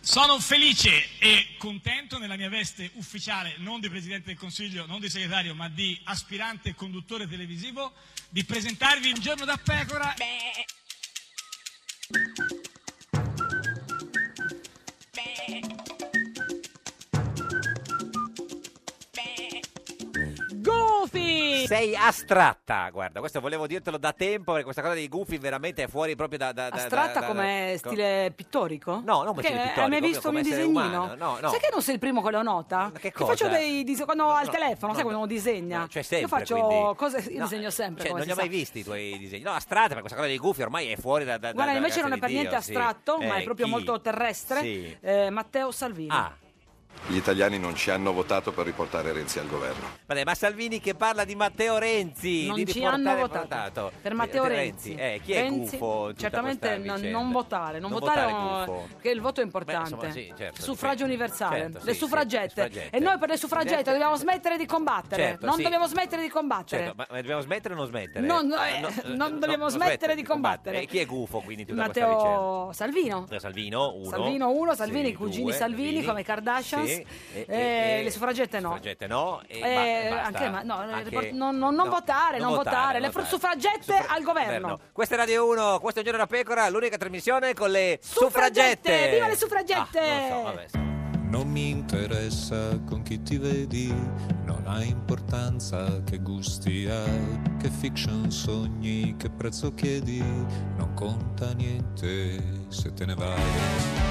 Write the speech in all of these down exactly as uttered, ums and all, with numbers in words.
Sono felice e contento nella mia veste ufficiale, non di Presidente del Consiglio, non di segretario, ma di aspirante conduttore televisivo, di presentarvi Un giorno da pecora. Beh. Goofy! Sei astratta, guarda, questo volevo dirtelo da tempo, perché questa cosa dei gufi veramente è fuori proprio da... da, da Astratta da, da, come da, stile pittorico? No, non come stile pittorico. Hai mai visto il mio disegnino? Umano. No, no. Sai che non sei il primo che lo nota? Che Che cosa? faccio dei disegni quando ho al No, telefono, no, sai quando no. uno disegna? No, cioè sempre, io faccio quindi- cose, io No, disegno sempre. Cioè, come non li ho si mai sa. visti i tuoi disegni. No, astratta, perché questa cosa dei gufi ormai è fuori da... da Guarda, da- invece da non è per Dio, niente sì. astratto, ma Eh, è proprio chi? molto terrestre. Sì. Eh, Matteo Salvini. Ah. Gli italiani non ci hanno votato per riportare Renzi al governo. Vabbè, ma Salvini che parla di Matteo Renzi. Non di ci riportare- hanno votato. votato. Per Matteo Eh, Renzi. Eh, chi è Renzi, gufo? in tutta certamente questa non, vicenda? non votare, non, Non votare, votare oh, gufo. perché il voto è importante. Beh, insomma, sì, certo, Suffragio dipende. universale, Certo, le sì, suffragette. sì, suffragette. E noi per le suffragette Suffragette. dobbiamo smettere di combattere. Certo, non sì. dobbiamo smettere di combattere. Certo, ma ma dobbiamo smettere o non smettere? Non- eh, no, non dobbiamo smettere di combattere. E chi è gufo quindi in tutta questa vicenda? Matteo Salvino. Matteo Salvino, uno. Salvino uno, Salvini, Sì, cugini due, Salvini come Kardashians. Sì, e- Eh, e- le suffragette no. Suffragette no. E Eh, ba- basta. anche, ma, no, Anche- non, non- non no, votare, non votare, le non votare. suffragette Suffra- al governo. Questa è Radio uno, questo è Un giorno da pecora, l'unica trasmissione con le Suffragette! suffragette. Viva le suffragette! Ah, non lo so, vabbè. Non mi interessa con chi ti vedi, non ha importanza che gusti hai, che fiction sogni, che prezzo chiedi, non conta niente se te ne vai.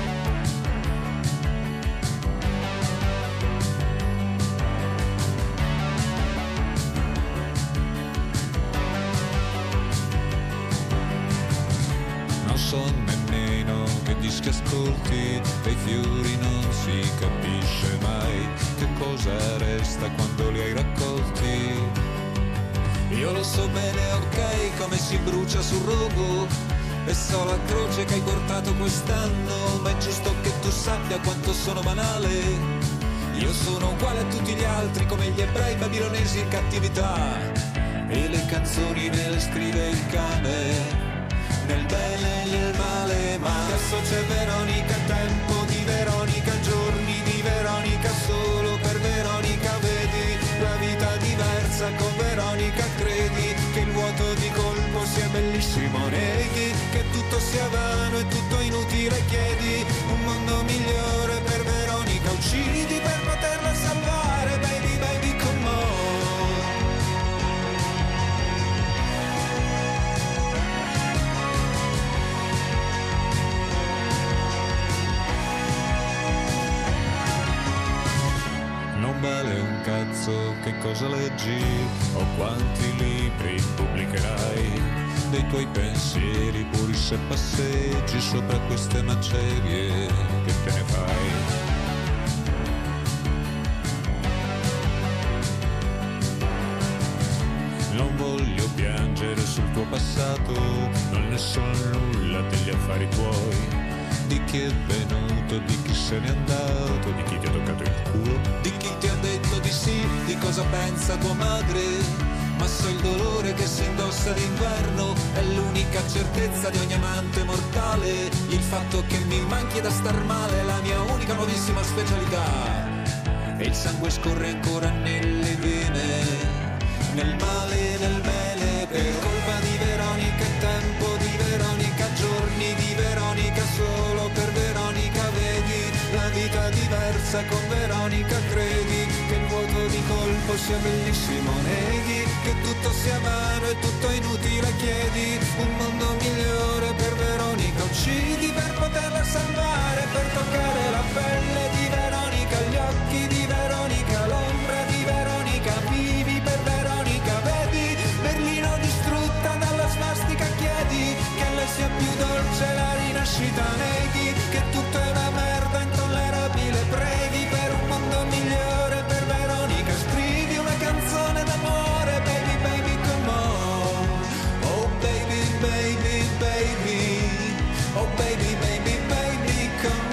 Non so nemmeno che dischi ascolti, dei fiori non si capisce mai che cosa resta quando li hai raccolti. Io lo so bene, ok, come si brucia sul rogo, e so la croce che hai portato quest'anno, ma è giusto che tu sappia quanto sono banale. Io sono uguale a tutti gli altri, come gli ebrei babilonesi in cattività, e le canzoni me le scrive il cane, nel bene e nel male, ma adesso c'è Veronica, tempo di Veronica, giorni di Veronica, solo per Veronica vedi la vita diversa con Veronica, credi che il vuoto di colpo sia bellissimo, neghi che tutto sia vano e tutto inutile, chiedi un mondo migliore per Veronica, uccidi per poterla salvare, baby baby come on. Non vale un cazzo che cosa leggi o quanti libri pubblicherai, dei tuoi pensieri puri se passeggi sopra queste macerie, che te ne fai? Non voglio piangere sul tuo passato, non ne so nulla degli affari tuoi, di chi è venuto, di chi se n'è andato, di chi ti ha toccato il culo, di chi ti ha detto di sì, di cosa pensa tua madre, ma so il dolore che si indossa d'inverno, è l'unica certezza di ogni amante mortale, il fatto che mi manchi da star male, è la mia unica nuovissima specialità, e il sangue scorre ancora nelle vene, nel male e nel bene, per colpa di Veronica, è tempo di Veronica, giorni di Veronica, solo per Veronica vedi la vita diversa con Veronica, credi che il vuoto di colpo sia bellissimo, neghi che tutto sia vano e tutto inutile, chiedi un mondo migliore per Veronica, uccidi per poterla salvare, per toccare la pelle di Veronica, gli occhi di Veronica, l'ombra di Veronica, vivi per Veronica, vedi Berlino distrutta dalla svastica, chiedi che le sia più dolce la rinascita, neghi che tutto è una merda intollerabile, preghi per un mondo migliore per Veronica, scrivi una canzone d'amore, baby baby come on, oh baby baby baby, oh baby baby baby come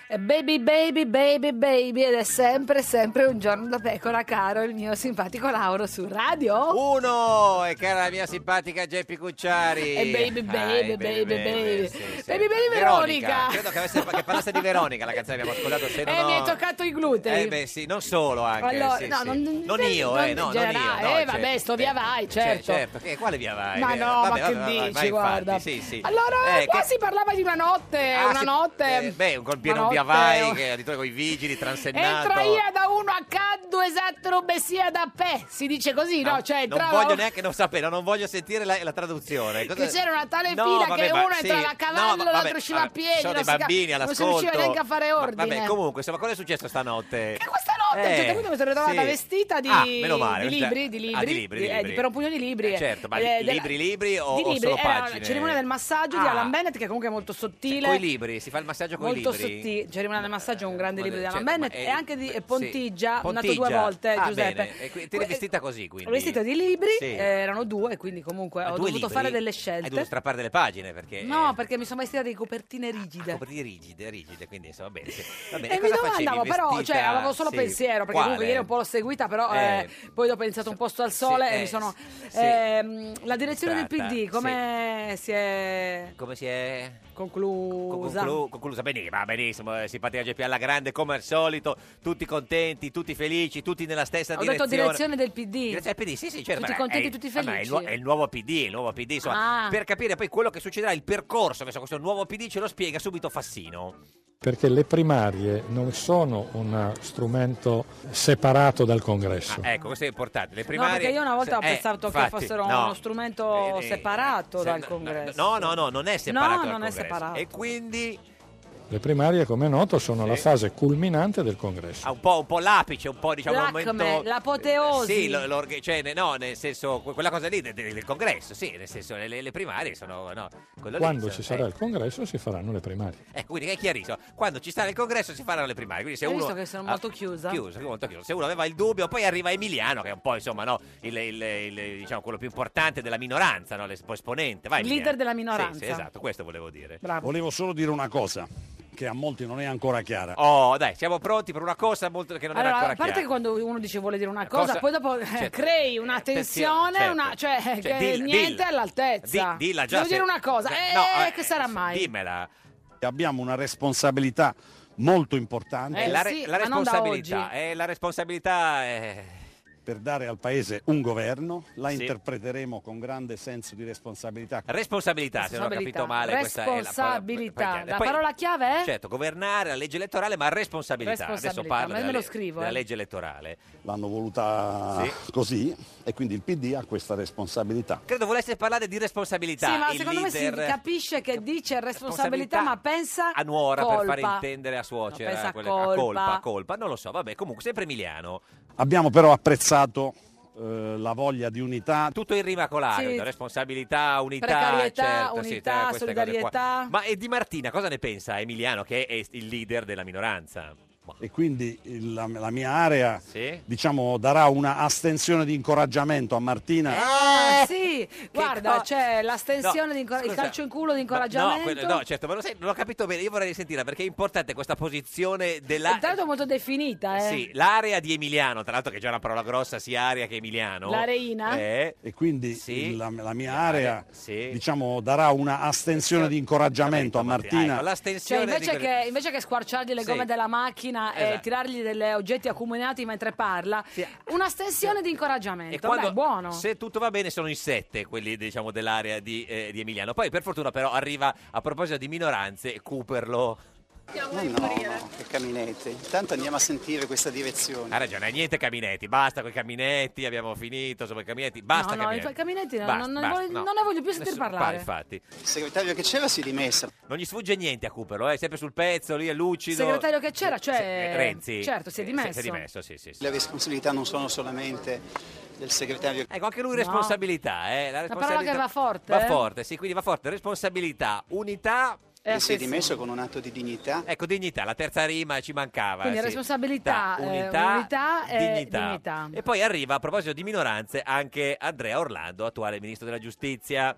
Baby, baby, baby, baby, ed è sempre, sempre un giorno da pecora, caro il mio simpatico Lauro su radio. Uno, e cara la mia simpatica Geppi Cucciari. E baby, baby, Ah, baby, baby. sì, sì. Baby, baby, Veronica. Credo che, avesse, che parlasse di Veronica la canzone che abbiamo ascoltato. Se non Eh, ho... mi hai toccato i glutei. Eh beh sì, non solo anche. Allora, sì, no, sì. non, non io, eh, no, non io. generale. No, eh, vabbè, certo. sto via vai, certo. Cioè, certo, che, quale via vai? Ma Vero? no, Vabbè, ma che vabbè, vabbè, dici, ma infatti, guarda. sì, sì. Allora, Eh, qua che- si parlava di una notte, Ah, una sì, notte. eh, beh, un colpione Una un via notte, vai, oh. che addirittura con i vigili, transennato. Entra io da uno a ca, due sette robessia da pe. Si dice così, no? Cioè, non entrava voglio uno- neanche non sapere, non voglio sentire la, la traduzione. Cosa- Che c'era una tale No, fila vabbè, che ma uno sì. entrava a No, cavallo, ma l'altro vabbè, usciva a vabbè, piedi. ci sono non dei si ca- bambini non si all'ascolto. riusciva neanche a fare Ma- ordine. Vabbè, comunque, insomma, cosa è successo stanotte? Che questa notte a un certo Eh, punto mi sono ritrovata sì. vestita di, Ah, meno male, di già- libri, di libri, ah, di libri, di eh, libri. per un pugno di libri. Eh, certo, ma Eh, li- della- libri, libri o, di o libri. solo Era la pagine? cerimonia del massaggio di Ah. Alan Bennett, che comunque è molto sottile. Con i libri, si fa il massaggio con i Molto libri? sottile, cerimonia del massaggio è un grande libro di Alan Certo, Bennett ma è- e anche di sì. eh, Pontigia, nato Pontigia. due volte, Ah, Giuseppe. bene. E qui- ti eri vestita così, quindi? Vestita di libri, Sì. eh, erano due, quindi comunque ho Due dovuto libri? fare delle Hai scelte. dovuto strappare delle pagine perché... No, perché mi sono vestita di copertine rigide. Copertine rigide, rigide, quindi insomma, bene. Sì. Va bene, E mi cosa facevi? domandavo, però, Vestita- cioè, avevo solo sì. pensiero, perché Quale? comunque ieri un po' l'ho seguita, però Eh. eh, poi dopo ho iniziato un posto al sole Sì, e eh, mi sono... sì. ehm, la direzione del P Tratta, D, come si è Come si è... conclusa? Conclu- conclusa benissimo, va benissimo, eh, simpatia Geppi alla grande come al solito, tutti contenti, tutti felici, tutti nella stessa Ho direzione. detto direzione del P D. Direzione del P D, sì, sì, certo. Tutti ma contenti, è- tutti ah, ma è il, felici. nuo- è il nuovo P D, il nuovo P D, insomma, Ah. per capire poi quello che succederà, il percorso verso questo nuovo P D ce lo spiega subito Fassino. Perché le primarie non sono uno strumento separato dal congresso. Ah, ecco, questo è importante. Le No, primarie, perché io una volta ho eh, pensato infatti, che fossero no. uno strumento Eh, eh, separato se- dal no, congresso. No, no, no, non è separato No, dal non è congresso. separato. E quindi Le primarie, come è noto, sono Sì. la fase culminante del congresso. ha un po', un po' l'apice, un po' diciamo un L'acme, momento... l'apoteosi. Sì, lo- l'org- cioè, ne- no, nel senso, que- quella cosa lì del, del congresso, sì, nel senso, le, le primarie sono, no, quello lì, Quando sono- ci sarà eh. il congresso si faranno le primarie. Ecco, quindi è chiarissimo. Quando ci sarà il congresso si faranno le primarie. Quindi se Hai uno visto che sono ah, molto chiusa? chiuso, molto chiuso. Se uno aveva il dubbio, poi arriva Emiliano, che è un po', insomma, no, il, il- il- diciamo, quello più importante della minoranza, no, l'espo- esponente. Vai, Il Emiliano. leader della minoranza. Sì, sì, esatto, questo volevo dire. Bravo. Volevo solo dire una cosa che a molti non è ancora chiara. Oh, dai, siamo pronti per una cosa molto che non era Allora, ancora a parte chiara. che quando uno dice vuole dire una cosa, Cosa- poi dopo eh, certo. crei una tensione, Certo. una, cioè, Cioè, che dilla, niente dilla. all'altezza. Di- dilla già Devo se- dire una cosa, eh, No, eh, che sarà mai? Dimmela. Abbiamo una responsabilità molto importante Eh, la, sì, la ma non da responsabilità, oggi. eh, la responsabilità è... per dare al Paese un governo. La Sì. interpreteremo con grande senso di responsabilità. Responsabilità, se non ho capito male. questa è la- Responsabilità. perché- La poi- parola chiave è? Certo, governare la legge elettorale, ma responsabilità. Adesso Responsabilità, parlo me della, lo le- scrivo, della eh. legge elettorale. L'hanno voluta Sì. così e quindi il P D ha questa responsabilità. Credo volesse parlare di responsabilità. Sì, ma il secondo me si leader capisce che dice responsabilità, ma pensa a nuora colpa. per fare intendere a suocera No, pensa quelle- colpa. a colpa, a colpa, non lo so, vabbè, comunque sempre Emiliano. Abbiamo però apprezzato eh, la voglia di unità. Tutto in rima con l'area, Sì. responsabilità, unità, Precarietà, certo, sì, unità, queste cose qua. solidarietà. Ma e Di Martina cosa ne pensa Emiliano, che è il leader della minoranza? E quindi il- la, la mia area Sì? diciamo darà una astensione di incoraggiamento a Martina. Ah, sì, guarda, co- c'è l'astensione, No, di incor- il scusa. calcio in culo di No, incoraggiamento. quello- no, certo, ma lo sai, non ho capito bene, io vorrei sentire perché è importante questa posizione della... Tra l'altro molto definita, eh. Sì, l'area di Emiliano, tra l'altro che è già una parola grossa, sia area che Emiliano. L'areina? Eh, E quindi Sì. il- la, la mia area sì. diciamo darà una astensione di incoraggiamento a Martina. Ecco, Cioè, l'astensione invece, di... che, invece che squarciargli le Sì. gomme della macchina e Esatto. tirargli degli oggetti accomunati mentre parla, Sì. una stensione di incoraggiamento. Beh, è buono. Se tutto va bene sono in sette quelli diciamo dell'area di, eh, di Emiliano. Poi per fortuna però arriva, a proposito di minoranze, Cooperlo. No, no, che caminetti. Intanto andiamo a sentire questa direzione. Ha ragione, niente caminetti, basta con i caminetti, abbiamo finito, insomma i caminetti, basta no, no, caminetti. i caminetti no, Basta, non, non basta, voglio- no. non ne voglio più sentire Nessuno- parlare. pa- infatti. Il segretario che c'era si è dimessa. Non gli sfugge niente a Cooperlo, è sempre sul pezzo, lì è lucido. Il segretario che c'era, cioè Se- eh, Renzi. certo, si è Sì, dimesso. Si è dimesso, sì, sì, sì. Le responsabilità non sono solamente del segretario. Ecco, anche lui No. responsabilità, eh. La Una parola che va forte, Va eh? forte, sì, quindi va forte. Responsabilità, unità, E che si è attenzione. dimesso con un atto di dignità. ecco, dignità, la terza rima ci mancava. Quindi sì. responsabilità, Ta- eh, unità, unità e dignità. dignità. E poi arriva, a proposito di minoranze, anche Andrea Orlando, attuale ministro della giustizia.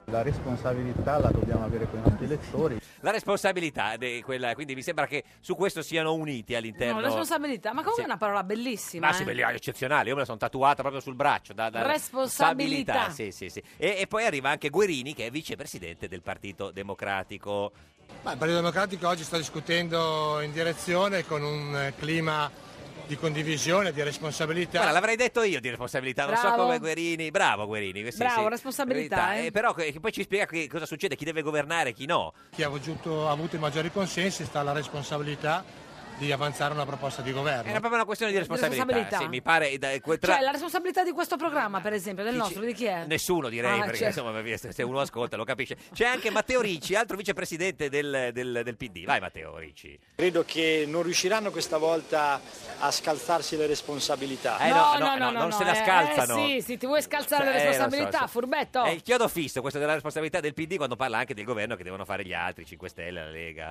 La responsabilità la dobbiamo avere con i nostri elettori. La responsabilità, de quella, quindi mi sembra che su questo siano uniti all'interno. No, responsabilità, ma comunque Sì. è una parola bellissima. Ma eh. sì, bellissima, eccezionale, io me la sono tatuata proprio sul braccio. Da, da Responsabilità. Sì, sì, sì. E, e poi arriva anche Guerini, che è vicepresidente del Partito Democratico. Ma il Partito Democratico oggi sta discutendo in direzione con un eh, clima di condivisione, di responsabilità. Guarda, l'avrei detto io di responsabilità, non so Bravo. come Guerini. Bravo Guerini. Sì, Bravo, sì. responsabilità, eh. però che poi ci spiega che cosa succede, chi deve governare e chi no. Chi ha avuto, ha avuto i maggiori consensi sta alla responsabilità di avanzare una proposta di governo. Era proprio una questione di responsabilità. responsabilità. Sì, mi pare. Da, que- tra- Cioè, la responsabilità di questo programma, per esempio, del Chi nostro, ci- di chi è? Nessuno direi, Ah, perché certo. insomma se se uno ascolta lo capisce. C'è anche Matteo Ricci, altro vicepresidente del, del, del P D. Vai Matteo Ricci. Credo che non riusciranno questa volta a scalzarsi le responsabilità. Eh, no, no, no, non se la eh, scalzano. Eh, sì, sì, ti vuoi scalzare le Eh, lo so, responsabilità, lo so. furbetto. È il chiodo fisso questo della responsabilità del P D quando parla anche del governo che devono fare gli altri, cinque Stelle, la Lega.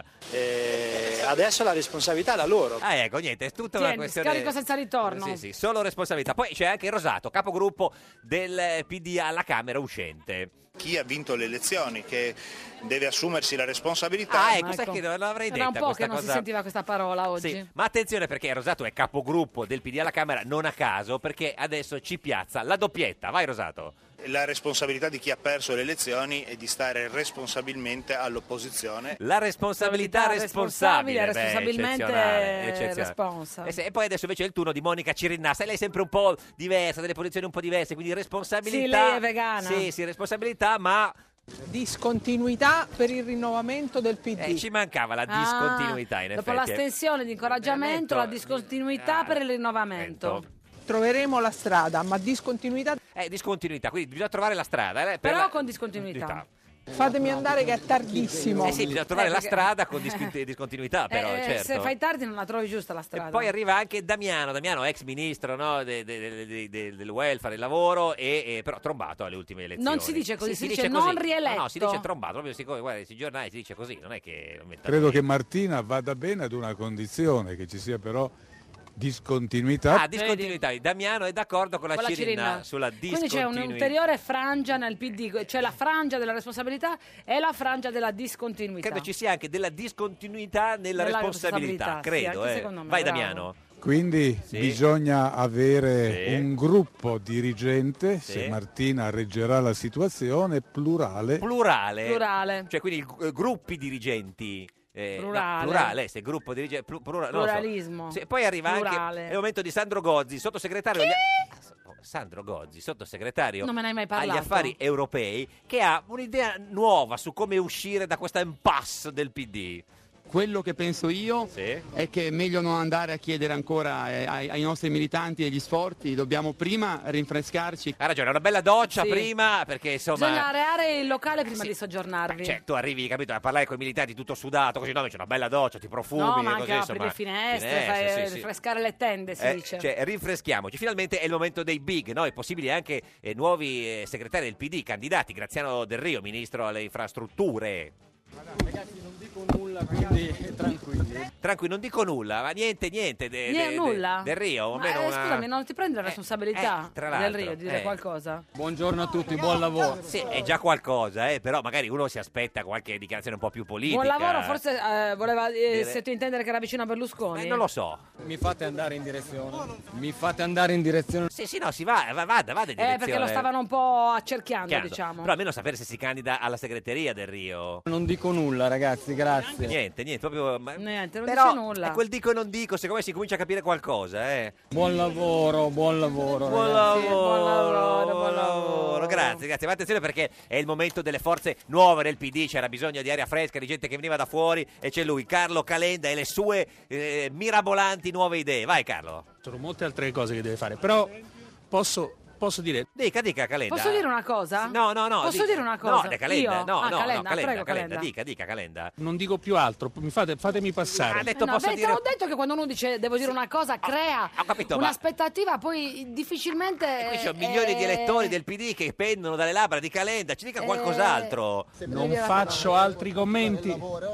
Eh, adesso la responsabilità è la loro. Ah ecco, niente, è tutta una Tieni, questione. scarico senza ritorno. Sì, sì, solo responsabilità. Poi c'è anche Rosato, capogruppo del P D alla Camera uscente. Chi ha vinto le elezioni, che deve assumersi la responsabilità. Ah, ecco, sai che non l'avrei detta Era un po' questa che non cosa. si sentiva questa parola oggi. Sì, ma attenzione perché Rosato è capogruppo del P D alla Camera non a caso, perché adesso ci piazza la doppietta. Vai Rosato. La responsabilità di chi ha perso le elezioni è di stare responsabilmente all'opposizione. La responsabilità responsabile, responsabilmente beh, eccezionale, eccezionale. responsa. E, se- e poi adesso invece è il turno di Monica Cirinnà. Sai, lei è sempre un po' diversa, delle posizioni un po' diverse, quindi responsabilità. Sì, lei è vegana. Sì, sì, responsabilità, ma Discontinuità per il rinnovamento del P D. eh, ci mancava la Ah, discontinuità in dopo effetti. l'astensione di incoraggiamento, la Ah, discontinuità per il rinnovamento. Troveremo la strada, ma discontinuità. Eh, discontinuità, quindi bisogna trovare la strada. eh, per Però la- con discontinuità. Fatemi andare che è tardissimo. Eh sì, bisogna trovare Eh, la perché- strada con disconti- discontinuità, però, Eh, certo. Se fai tardi non la trovi giusta la strada. E poi arriva anche Damiano, Damiano ex ministro no, de- de- de- de- de- del welfare, del lavoro, e, e però trombato alle ultime elezioni. Non si dice così, Sì, si dice dice così. non rieletto. No, no, si dice trombato, proprio si, guarda, sui giornali si dice così, non è che lo mettono Credo lì. che Martina vada bene ad una condizione, che ci sia però discontinuità. Ah, discontinuità. Damiano è d'accordo con la, Con la Cirinna Cirinna. sulla Quindi discontinuità. c'è un'ulteriore frangia nel P D, c'è la frangia della responsabilità e la frangia della discontinuità. Credo ci sia anche della discontinuità nella, Nella responsabilità, responsabilità, sì, credo. anche eh. secondo me, Vai bravo. Damiano. Quindi Sì. bisogna avere Sì. un gruppo dirigente, Sì. se Martina reggerà la situazione, plurale. Plurale. Plurale. Cioè quindi eh, gruppi dirigenti. Eh, no, Plurale. plurale, se gruppo dirigente. Plu- plura- non lo so. Pluralismo. Sì, poi arriva Plurale. anche il momento di Sandro Gozzi, sottosegretario. agli- Sandro Gozzi, sottosegretario Non me ne hai mai agli parlato. affari europei, che ha un'idea nuova su come uscire da questa impasse del P D. Quello che penso io Sì. è che è meglio non andare a chiedere ancora eh, ai, ai nostri militanti degli sforzi, dobbiamo prima rinfrescarci. Ha ragione, una bella doccia Sì. prima, perché insomma. Bisogna areare il locale prima di soggiornarvi. Cioè, tu arrivi, capito, a parlare con i militanti tutto sudato, così no, c'è una bella doccia, ti profumi. no, e ma così, anche apri insomma, le finestre, finestre, fai sì, sì. rinfrescare le tende, si Eh, dice. cioè, rinfreschiamoci. Finalmente è il momento dei big, no? È possibile anche eh, nuovi eh, segretari del P D, candidati. Graziano Del Rio, ministro alle infrastrutture. Ragazzi, non dico nulla, quindi tranquilli. Tranquillo, non dico nulla, ma niente, niente. De, Niente, de- nulla? de- del Rio, o Ma, almeno eh, una... Scusami, non ti prendi la responsabilità eh, tra del l'altro, Rio di dire eh. qualcosa? Buongiorno a tutti, buon lavoro. Sì, è già qualcosa, eh, però magari uno si aspetta qualche dichiarazione un po' più politica. Buon lavoro, forse eh, voleva eh, Dire- sottintendere che era vicino a Berlusconi? Eh, non lo so. Mi fate andare in direzione. Mi fate andare in direzione. Sì, sì, no, si va, va- vada, vada in direzione. Eh, perché lo stavano un po' accerchiando, Chiaro. diciamo. Però almeno sapere se si candida alla segreteria del Rio. Non dico nulla, ragazzi, grazie. Niente, niente, proprio... ma- Niente, non Però dice nulla. è quel dico e non dico, secondo me si comincia a capire qualcosa, eh. Buon lavoro, buon lavoro. Buon ragazzi. lavoro, buon lavoro, buon lavoro. Grazie, grazie. Ma attenzione perché è il momento delle forze nuove del P D. C'era bisogno di aria fresca, di gente che veniva da fuori. E c'è lui, Carlo Calenda, e le sue eh, mirabolanti nuove idee. Vai, Carlo. Sono molte altre cose che deve fare, però posso, posso dire... Dica, dica, Calenda. Posso dire una cosa? No, no, no. Posso dica. dire una cosa? No, de Calenda. Io? No, Ah, no, Calenda, no, Calenda, prego, Calenda. Calenda. Dica, dica, Calenda. Non dico più altro, mi fate, fatemi passare. Ha detto Eh no, posso beh, dire... te l'ho detto che quando uno dice devo dire una cosa crea ho capito, ma- un'aspettativa, poi difficilmente... Qui ci sono milioni di eh, elettori del P D che pendono dalle labbra di Calenda. Ci dica Eh, qualcos'altro. Non faccio altri commenti.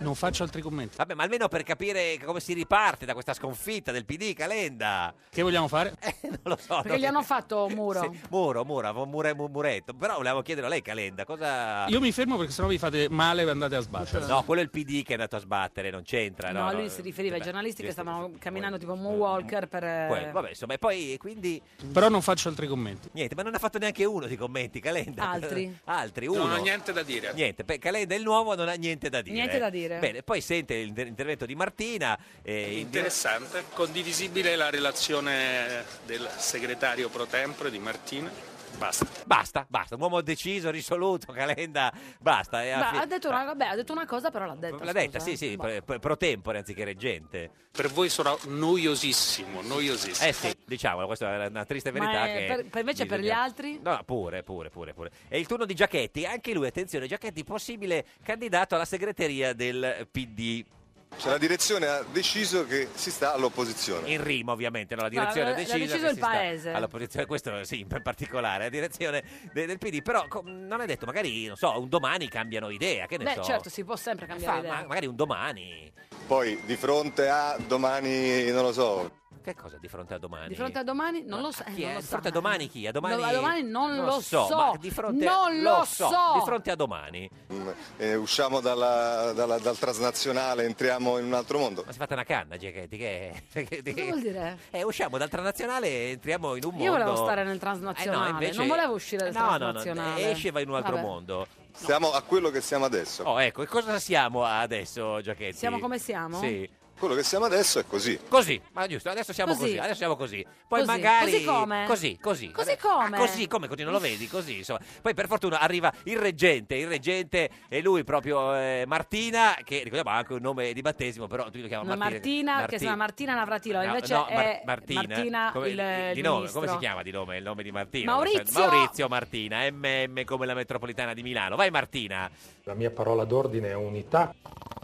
Non faccio altri commenti. Vabbè, ma almeno per capire come si riparte da questa sconfitta del P D, Calenda. Che vogliamo fare? Eh, non lo so. Perché gli hanno fatto un muro. Sì, muro, muro, mure, mu- muretto. Però volevo chiedere a lei, Calenda, cosa... Io mi fermo perché sennò vi fate male e andate a sbattere. No, quello è il P D che è andato a sbattere, non c'entra. No, No, lui no, si riferiva ai beh, giornalisti che sì, stavano camminando tipo moonwalker per... eh, Quello, vabbè, insomma, e poi quindi... Però non faccio altri commenti. Niente, ma non ha fatto neanche uno di commenti, Calenda. Altri? Altri, uno. Non ho niente da dire. Niente, per Calenda il nuovo non ha niente da dire. Niente da dire. Bene, poi sente l'intervento di Martina. eh, Interessante, condivisibile la relazione del segretario pro tempore di Martina. Basta. Basta, basta, un uomo deciso, risoluto, Calenda, basta. e Beh, alla ha, detto una, vabbè, ha detto una cosa, però l'ha detta. L'ha detta, scusa, sì, eh. sì, Boh. pro, pro tempore anziché reggente. Per voi sarà noiosissimo, noiosissimo. Eh sì, diciamolo, questa è una triste Ma verità è che... per- per invece per gli bisogna- altri? No, no, pure, pure, pure, pure. È il turno di Giachetti, anche lui, attenzione, Giachetti, possibile candidato alla segreteria del P D. Cioè, la direzione ha deciso che si sta all'opposizione. In rima, ovviamente, no? La direzione l'ha- ha l'ha deciso, deciso che il si sta paese. all'opposizione, questo sì, in particolare, la direzione de- del P D, però co- non è detto, magari, non so, un domani cambiano idea, che ne Beh, so. certo, si può sempre cambiare Fa- idea. ma- magari un domani. Poi di fronte a domani, non lo so. Che cosa di fronte a domani? Di fronte a domani non lo so. eh, Chi non è? lo Di so. fronte a domani chi? A domani, No, a domani non lo so. ma di fronte Non lo so. so. Di fronte a domani. Mm, eh, usciamo dalla- dalla- dal transnazionale, entriamo in un altro mondo. Ma si è fatta una canna, Giachetti, che... che- Cosa vuol dire? Eh, usciamo dal transnazionale e entriamo in un mondo... Io volevo stare nel Eh, transnazionale, no, invece- non volevo uscire dal No, no, no, transnazionale. esce e va in un altro Vabbè. mondo. Siamo a quello che siamo adesso. Oh, ecco, e cosa siamo adesso, Giachetti? Siamo come siamo? Sì. Quello che siamo adesso è così. Così, ma giusto, adesso siamo Così. così, adesso siamo così. Poi Così. magari... Così come? Così, così. Così come? Ah, così, come così, non lo vedi? Così, insomma. Poi per fortuna arriva il reggente, il reggente è lui proprio, eh, Martina, che ricordiamo ha anche un nome di battesimo, però tu lo chiami Una Martina. Martina, che si chiama Martina Navratilova, No, invece no, Mar- è Martina, Martina come, il, di il nome, ministro. come si chiama di nome il nome di Martina? Maurizio! Maurizio Martina, M M come la metropolitana di Milano. Vai Martina. La mia parola d'ordine è unità.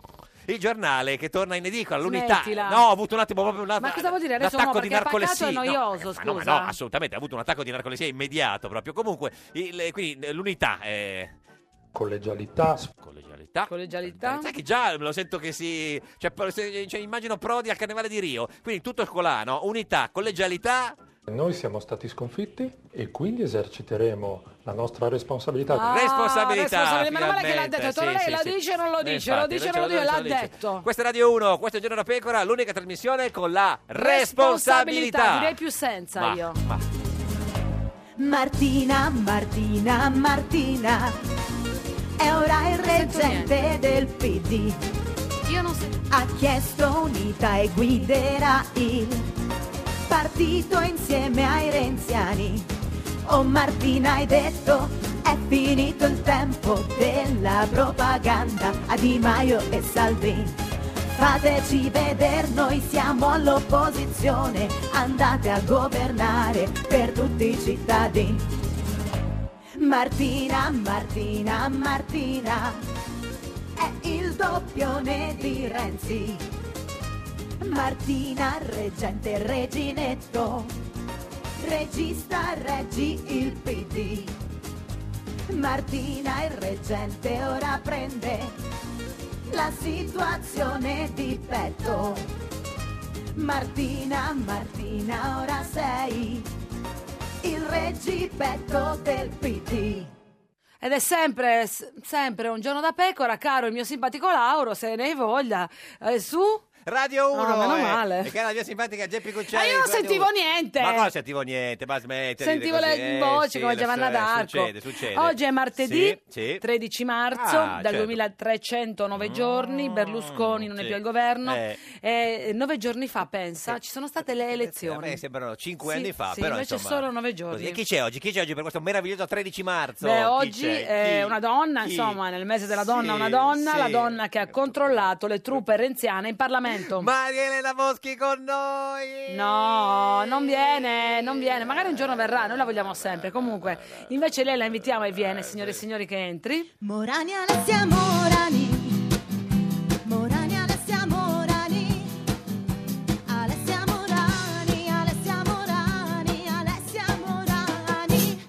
Il giornale che torna in edicola, l'unità. Smettila. No, ho avuto un attimo proprio una, Ma cosa vuol dire? un Adesso attacco no, di perché narcolessia. pacato è noioso, no, ma no, ma scusa. no, assolutamente, ha avuto un attacco di narcolessia immediato proprio. Comunque, il- quindi l'unità è... Collegialità. Collegialità. Collegialità. Sai che già lo sento che si... Cioè, per- se- cioè, immagino Prodi al Carnevale di Rio. Quindi tutto scolano, unità, collegialità... Noi siamo stati sconfitti e quindi eserciteremo la nostra responsabilità. Ah, responsabilità, responsabile. Meno male che l'ha finalmente, detto. sì, Lei sì, la sì. dice o non lo Eh, dice? Lo infatti, dice o non non lo ce dice? L'ha lo dice. detto. Questa è Radio uno, questo è Giorno da Pecora, l'unica trasmissione con la responsabilità. Direi più senza Ma- io. ma- Martina, Martina, Martina, è ora il reggente del P D. Io non so. Ha chiesto unità e guiderà il partito insieme ai renziani. Oh Martina, hai detto è finito il tempo della propaganda a Di Maio e Salvini. Fateci vedere, noi siamo all'opposizione, andate a governare per tutti i cittadini. Martina, Martina, Martina, è il doppione di Renzi. Martina, reggente, reginetto, regista, reggi il P D. Martina, il reggente, ora prende la situazione di petto. Martina, Martina, ora sei il reggipetto del P D. Ed è sempre, s- sempre un giorno da pecora, caro il mio simpatico Lauro, se ne hai voglia. Eh, su? Radio uno, No, meno eh, male. e che era la mia simpatica Geppi Cucciari. Ma io non su Radio sentivo uno. niente. Ma cosa sentivo niente? Ma smetti. Sentivo le voci come Giovanna d'Arco. Succede, succede. Oggi è martedì, Sì, sì. tredici marzo, Ah, dal certo. duemilatrecentonove giorni, Berlusconi non è sì. più al governo. Eh. E nove giorni fa, pensa, ci sono state le A elezioni. me sembrano cinque Sì, anni fa, sì, però invece insomma, solo nove giorni. così. E chi c'è oggi? Chi c'è oggi per questo meraviglioso tredici marzo? Beh, Chi oggi c'è? è Chi? una donna, Chi? insomma, nel mese della donna Sì, una donna, sì. la donna che ha controllato le truppe renziane in Parlamento. Maria Elena Boschi con noi! No, non viene, non viene, magari un giorno verrà, noi la vogliamo sempre. Comunque, invece lei la invitiamo e viene, signore e signori, che entri. Morani, Alessia Morani, Morani, Alessia Morani, Alessia Morani, Alessia Morani, Alessia Morani.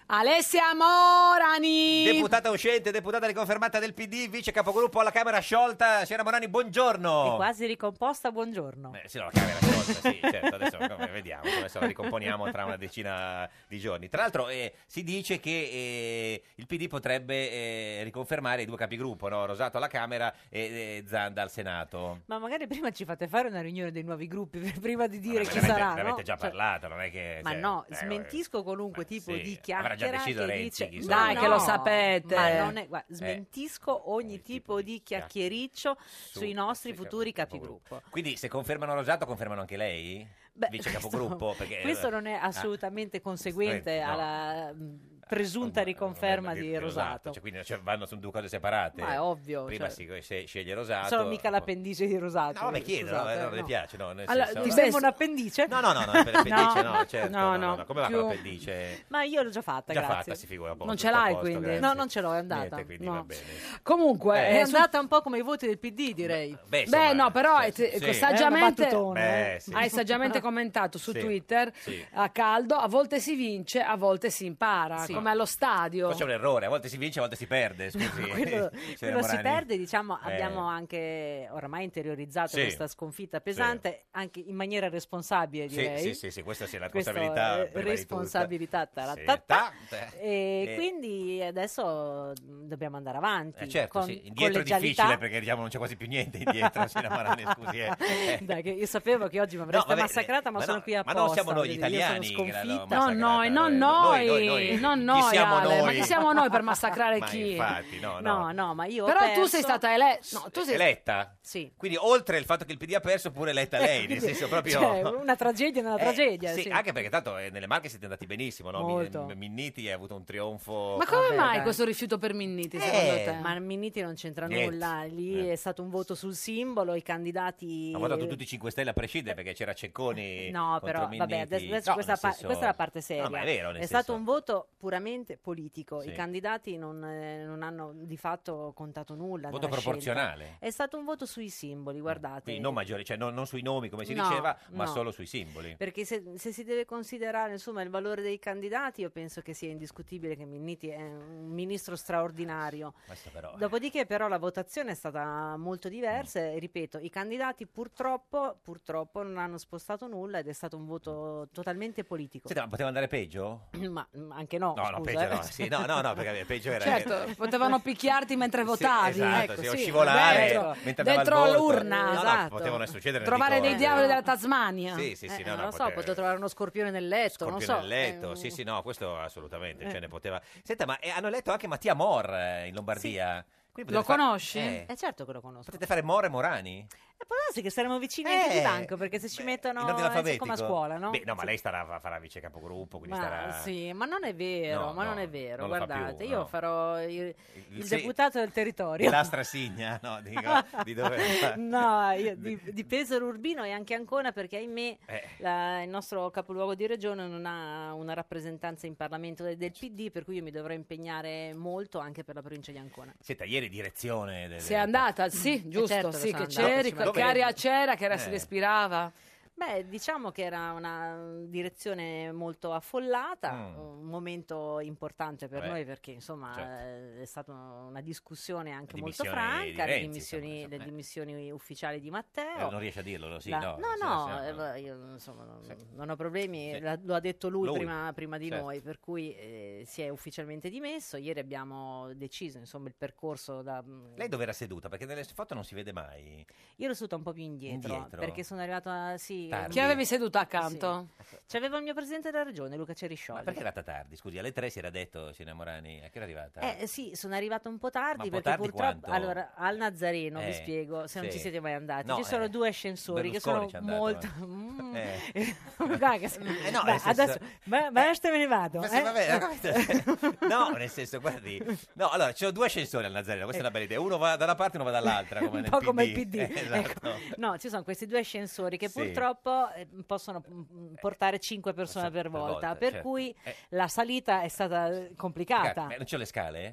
Alessia Morani. Deputata uscente, deputata riconfermata del P D, vice capogruppo alla Camera sciolta. Signora Morani, buongiorno. E quasi ricomposta, buongiorno. Eh, sì, no, la Camera sciolta, sì, certo. Adesso come, vediamo, adesso la ricomponiamo tra una decina di giorni. Tra l'altro eh, si dice che eh, il P D potrebbe eh, riconfermare i due capigruppo, no? Rosato alla Camera e eh, Zanda al Senato. Ma magari prima ci fate fare una riunione dei nuovi gruppi per prima di dire Ma chi ne avete- sarà, ne no? avete già Cioè, parlato, non è che... ma cioè, no, eh, smentisco qualunque tipo sì, di avrà già chiacchiera deciso che Renzi dice... chi sarà. Dai, che lo sapete. Ma non è- guarda, Eh. smentisco ogni tipo di chiacchiericcio sui nostri futuri capigruppo. Quindi se confermano Rosato, confermano anche lei? Beh, vice questo- capogruppo? Perché, Questo non è Ah, assolutamente conseguente no. alla mh, presunta riconferma di Rosato. Cioè, quindi cioè, vanno su due cose separate. Ma è ovvio, Prima cioè. si se- sceglie Rosato. Sono mica l'appendice di Rosato. No, vabbè, chiedo, no, scusate, eh, non le no. piace, no, nel Allora, senso- ti sembra un appendice? No, no, no, no, per l'appendice no, No. certo. No, No, no, no, come va più- con l'appendice? Ma io l'ho già fatta, Già grazie. fatta, si figura un po'. Non tutto ce a l'hai, posto, quindi? grazie. No, non ce l'ho, è andata. Niente, quindi No. va bene. Comunque, È eh, su- andata un po' come i voti del P D, direi. Beh, Beh, no, però eh, te- sì. saggiamente, È una battutona, Beh, eh. sì. hai saggiamente commentato su Sì, Twitter sì. a caldo, a volte si vince, a volte si impara, Sì. come allo stadio. Poi c'è un errore, a volte si vince, a volte si perde, scusi. quello, Signora quello si Morani. perde, diciamo, Eh. abbiamo anche oramai interiorizzato Sì. questa sconfitta pesante, anche in maniera responsabile, Sì, direi. sì, sì, sì, questa sì è la Questo responsabilità. è prima di responsabilità, tutto. Sì, taratata. ta- E eh. quindi adesso dobbiamo andare avanti. Eh, certo, con sì. Indietro è collegialità. difficile perché diciamo non c'è quasi più niente indietro, signora Morani, scusi. eh. Eh. Dai, che io sapevo che oggi mi avreste No, vabbè, massacrata, ma, ma sono no, qui apposta. ma non siamo noi vedi, gli io sono italiani che sconfitta. l'hanno Non noi, non eh, noi, noi, noi, noi. non Chi noi, siamo Ale, ma noi? chi siamo noi per massacrare Ma chi? infatti, no, no. No, no, ma io ho Però tu perso- sei stata eletta. No, tu sei Eletta? Sì. Quindi oltre il fatto che il P D ha perso, pure eletta lei, nel Quindi, senso proprio... cioè, una tragedia nella Eh, tragedia. sì, sì. anche perché tanto eh, nelle Marche siete andati benissimo, no? Molto. Min- Minniti ha avuto un trionfo... Ma come Vabbè, mai dai. questo rifiuto per Minniti, Eh, secondo te? Ma Minniti non c'entra Niente. nulla, lì Eh. è stato un voto sul simbolo, i candidati... Ha votato tutti i cinque Stelle a prescindere perché c'era Cecconi No, contro però vabbè, Minniti. adesso, adesso No, questa, nel pa- senso- questa è la parte seria. No, ma è vero, nel È senso- stato un voto puramente politico, Sì. i candidati non, eh, non hanno di fatto contato nulla. Voto nella proporzionale. scelta. È stato un voto sui simboli, guardate. Quindi non maggiori, cioè non, non sui nomi come si No, diceva, ma no. solo sui simboli. Perché se, se si deve considerare insomma il valore dei candidati, io penso che sia indiscutibile che Minniti è un ministro straordinario. Questo però, eh. Dopodiché però la votazione è stata molto diversa e ripeto, i candidati purtroppo, purtroppo non hanno spostato nulla ed è stato un voto totalmente politico. Senta, ma poteva andare peggio? Ma ma anche no, No, no, scusa, peggio eh. no, sì, no, no, no, perché peggio era... Certo, potevano picchiarti mentre votavi. esatto, ecco, sì, o sì, scivolare dentro, mentre andava dentro il voto. l'urna. No, no, Esatto. potevano succedere. nel Trovare ricordo. dei diavoli della Tasmania. Sì, sì, sì, Eh, no, no, non so, poteva- potevo trovare uno scorpione nel letto, non Scorpione so. nel letto, eh, sì, sì, no, questo assolutamente, Eh. cioè ne poteva... Senta, ma eh, hanno eletto anche Mattia Mor eh, in Lombardia. Quindi Lo potete fa- conosci? Eh, Eh certo che lo conosco. potete fare Mor e Morani? E può darsi che saremo vicini Eh, anche di banco, perché se ci mettono In ordine eh, alfabetico? come a scuola, no? Beh, no, ma Sì. lei starà, farà vice capogruppo, quindi Ma starà... sì, ma non è vero, No, ma non no, è vero. non lo fa Guardate, più, io no. farò il, il Sì. deputato del territorio. Dell'Astra Signa, no, dico, di dove... No, io di, di Pesaro Urbino e anche Ancona perché ahimè Eh. la- il nostro capoluogo di regione non ha una rappresentanza in Parlamento del, del P D, per cui io mi dovrò impegnare molto anche per la provincia di Ancona. Senta, ieri direzione... del- Sei andata, sì, giusto, certo che sì, sono che andata. c'eri, Dove- che aria c'era, che aria Eh. si respirava. Beh, diciamo che era una direzione molto affollata, Mm. un momento importante per Beh, noi perché insomma certo. eh, è stata una discussione anche Le molto dimissioni franca, di le Renzi, dimissioni, insomma, le insomma, eh. dimissioni ufficiali di Eh, Matteo. non riesce a dirlo, lo sì, La- no. no, sì, no, sì, eh, no. beh, io insomma non, non ho problemi, Sì. la- lo ha detto lui, Lui, prima, prima di certo. noi, per cui eh, si è ufficialmente dimesso. Ieri abbiamo deciso insomma il percorso da... Lei dove era seduta? Perché nelle foto non si vede mai. Io ero seduta un po' più indietro, Indietro? perché sono arrivata, sì... Tardi. Chi avevi seduto accanto? C'aveva il mio presidente della regione, Luca Ceriscioli. Ma perché è arrivata tardi? Scusi, alle tre si era detto, signora Morani, a che era arrivata? Eh sì, sono arrivata un po' tardi Ma un po' perché tardi purtroppo quanto? allora al Nazareno vi Eh, spiego se non sì. ci siete mai andati. No, Ci sono eh, due ascensori che sono Berlusconi ci è andato, molto eh. Mm. Eh. Guarda che se- Eh, no, Beh, nel senso- adesso ba- basta me ne vado. Ma sì, eh. vabbè, capito? No, nel senso, guardi. No, allora, ci sono due ascensori al Nazareno, questa è una bella idea. Uno va da una parte e uno va dall'altra, come Un nel po' P D. come il P D. Eh, esatto. Ecco. No, ci sono questi due ascensori che Sì. purtroppo eh, possono mm, portare cinque persone per volta, volta, per certo. cui Eh. la salita è stata eh, complicata. Ma non c'ho le scale?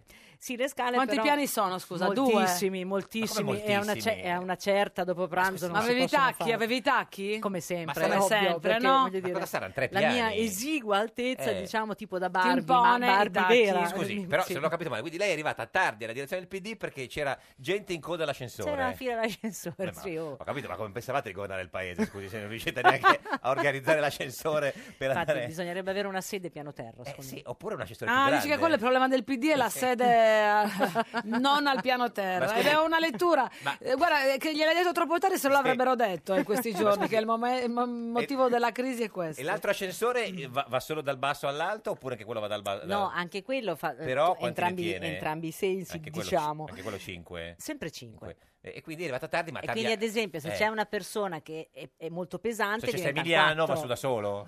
Sì, le scale Quanti però- piani sono, scusa? Due? Moltissimi, moltissimi. E a una, ce- e a una certa dopo pranzo non Ma si avevi i possono tacchi? fare. Avevi i tacchi? Come sempre, Come è ovvio, sempre, perché, no? voglio Ma dire, cosa saranno, tre la piani? mia esigua altezza, Eh. diciamo, tipo da Ti Barbie, impone ma i Barbie tacchi. vera. Scusi, Mi- però sì. se non ho capito male, quindi lei è arrivata tardi alla direzione del P D perché c'era gente in coda all'ascensore. C'era la fila d'ascensore, Beh, ma sì, oh. Ho capito, ma come pensavate di governare il paese? Scusi, se non riuscite neanche a organizzare l'ascensore per Infatti andare... bisognerebbe avere una sede piano terra, secondo sì, me. oppure un ascensore più Ah, grande. dici che quello è il problema del P D e la sede eh, non al piano Ma terra. scusi- Ed è una lettura. Ma- Eh, guarda, eh, che gliel'hai detto troppo tardi se lo avrebbero detto in questi Ma giorni, scusi- che il, mom- il mo- motivo della crisi è questo. E l'altro ascensore eh, va, va solo dal basso all'alto oppure che quello va dal basso? No, anche quello fa Però eh, quanti ne entrambi, tiene? entrambi i sensi, Anche quello, diciamo. Anche quello cinque? Sempre cinque. E, e quindi è arrivato tardi, ma E tardi quindi, a- ad esempio, se eh. c'è una persona che è, è molto pesante, Se c'è diventa Emiliano va quattro. su da solo?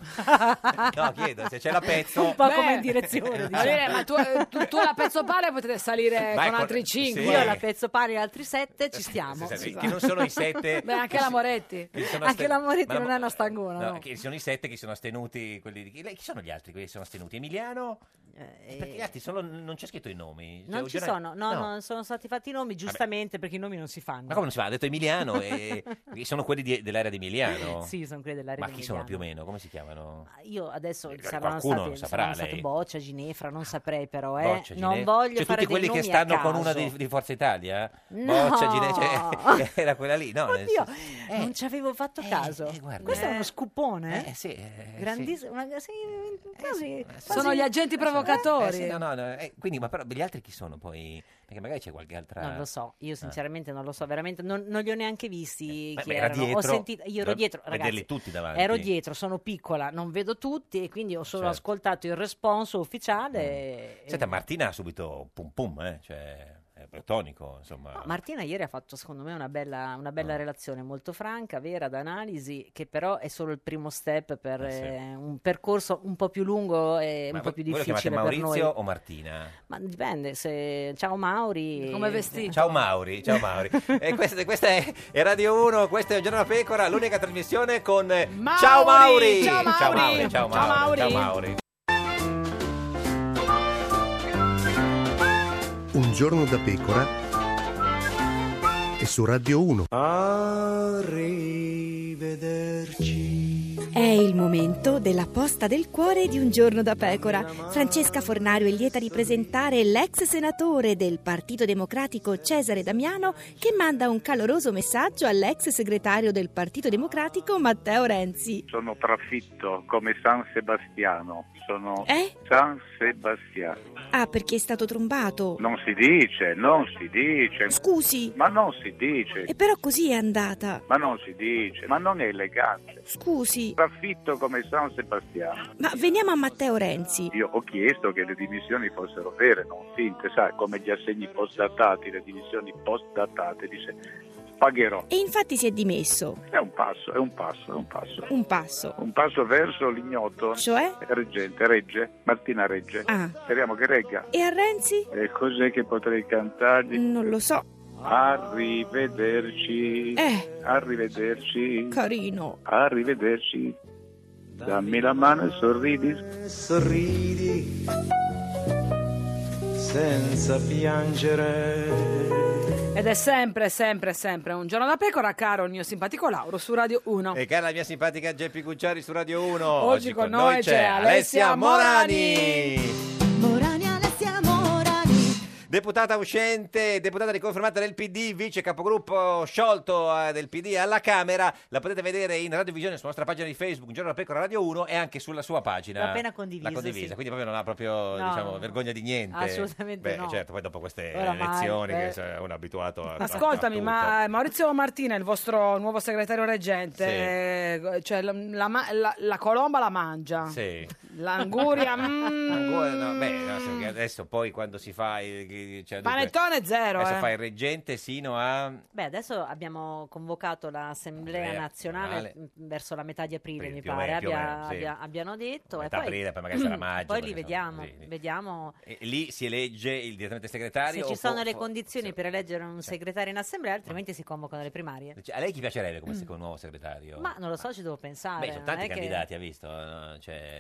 No, chiedo, se c'è la pezzo... Un po' Beh, come in direzione, Va bene, diciamo. ma tu, tu, tu la pezzo pari potete salire Ma con ecco, altri cinque. sì. Io la pezzo pari e altri sette, ci stiamo. Sì, sì, che non sono i sette... Beh, anche la Moretti. che sono Anche asten- la Moretti ma non è una stangona, No, no. che sono i sette che sono astenuti, quelli di... chi lei- chi sono gli altri quelli che sono astenuti? Emiliano? Perché gli altri sono... non c'è scritto i nomi. Non Cioè, ci Giovanni- sono, no, no, sono stati fatti i nomi giustamente perché i nomi non si fanno. Ma come non si fa? Ha detto Emiliano e e sono quelli di- dell'area di Emiliano? Sì, sono quelli dell'area Ma di chi sono Emiliano. più o meno? Come si chiamano? Io adesso Eh, saranno qualcuno stati, saprà, saranno state lei. Boccia, Ginefra, non saprei però, eh. Boccia, non Ginevra. voglio Cioè, fare tutti quelli dei che nomi a stanno con una caso. di, di Forza Italia? No! Boccia, Ginevra, cioè, era quella lì, no? nel Oddio, senso- non ci avevo fatto caso. Questo è uno scupone, Eh, sì, eh, grandissimo, una- sì, quasi- Sono quasi- gli agenti Eh, provocatori. sì, no, no, no, eh, quindi, ma però gli altri chi sono poi? Perché magari c'è qualche altra... Non lo so, io Ah. sinceramente non lo so, veramente non, non li ho neanche visti Beh, chi beh, era erano. Ho dietro, sentito, io ero dovrebbe dietro, vederli ragazzi. tutti davanti. Ero dietro, sono piccola, non vedo tutti e quindi ho solo Certo. ascoltato il responso ufficiale. e- Senta, Martina ha subito pum pum, eh, cioè, è platonico, insomma. No, Martina ieri ha fatto secondo me una bella, una bella relazione molto franca, vera, d'analisi, che però è solo il primo step per Eh, sì. eh, un percorso un po' più lungo e Ma un po' più voi lo chiamate difficile per Maurizio noi. o Martina? Ma dipende, se ciao Mauri. Come vestito? Ciao Mauri, ciao Mauri. E questa, questa è, è Radio uno, questo è Un Giorno da Pecora, l'unica trasmissione con eh, Ciao Mauri! Ciao Mauri! Ciao Mauri! Ciao Ciao Mauri! Mauri! Ciao Mauri! Un giorno da pecora e su Radio uno. È il momento della posta del cuore di Un giorno da pecora. Francesca Fornario è lieta di presentare l'ex senatore del Partito Democratico Cesare Damiano che manda un caloroso messaggio all'ex segretario del Partito Democratico Matteo Renzi. Sono trafitto come San Sebastiano. Sono Eh? San Sebastiano. Ah, perché è stato trombato. Non si dice, non si dice. Scusi. Ma non si dice. E però così è andata. Ma non si dice, ma non è elegante. Scusi. Trafitto come San Sebastiano. Ma veniamo a Matteo Renzi. Io ho chiesto che le dimissioni fossero vere, non finte, sai, come gli assegni post-datati, le dimissioni post-datate, dice pagherò. E infatti si è dimesso. È un passo, è un passo, è un passo. Un passo. Un passo verso l'ignoto. Cioè? Reggente, regge, Martina regge. Ah. Speriamo che regga. E a Renzi? E cos'è che potrei cantargli? Non lo so. Arrivederci. Eh. Arrivederci. Carino. Arrivederci. Dammi la mano e sorridi. Sorridi senza piangere. Ed è sempre, sempre, sempre Un giorno da pecora, caro il mio simpatico Lauro su Radio uno. E cara la mia simpatica Geppi Cucciari su Radio uno. Oggi con noi c'è Alessia Morani. Deputata uscente, deputata riconfermata del P D, vice capogruppo sciolto eh, del P D alla Camera. La potete vedere in radiovisione sulla nostra pagina di Facebook, Un giorno da pecora Radio uno, e anche sulla sua pagina. L'ho appena condiviso, L'ha condivisa, sì. quindi proprio non ha proprio No, diciamo, vergogna di niente. assolutamente Beh, no. certo, poi dopo queste Oramai, elezioni beh. che uno è abituato a... Ascoltami, a- a ma eh, Maurizio Martina, il vostro nuovo segretario reggente, Sì. eh, cioè la, la ma- la- la colomba la mangia, Sì. l'anguria, mm, Ancora, no, beh, no, se- che adesso poi quando si fa il, cioè, dunque, panettone zero. adesso eh. fa il reggente sino a Beh, adesso abbiamo convocato l'Assemblea Assemblea Nazionale Nazionale. mh, verso la metà di aprile, Più- mi più o pare, meno, più o abbia- meno, sì. abbia- abbiano detto. Metà e poi, aprile, poi magari sarà maggio, Poi perché li insomma, vediamo, sì, sì. vediamo e lì si elegge il direttamente segretario. se ci o sono fo- le fo- condizioni per eleggere un segretario in assemblea, altrimenti si convocano le primarie. Cioè, a lei chi piacerebbe come secondo nuovo segretario? Ma non lo so, ci devo pensare. Beh, sono non tanti è che- candidati, ha visto? no? C'è Ma Zingaretti,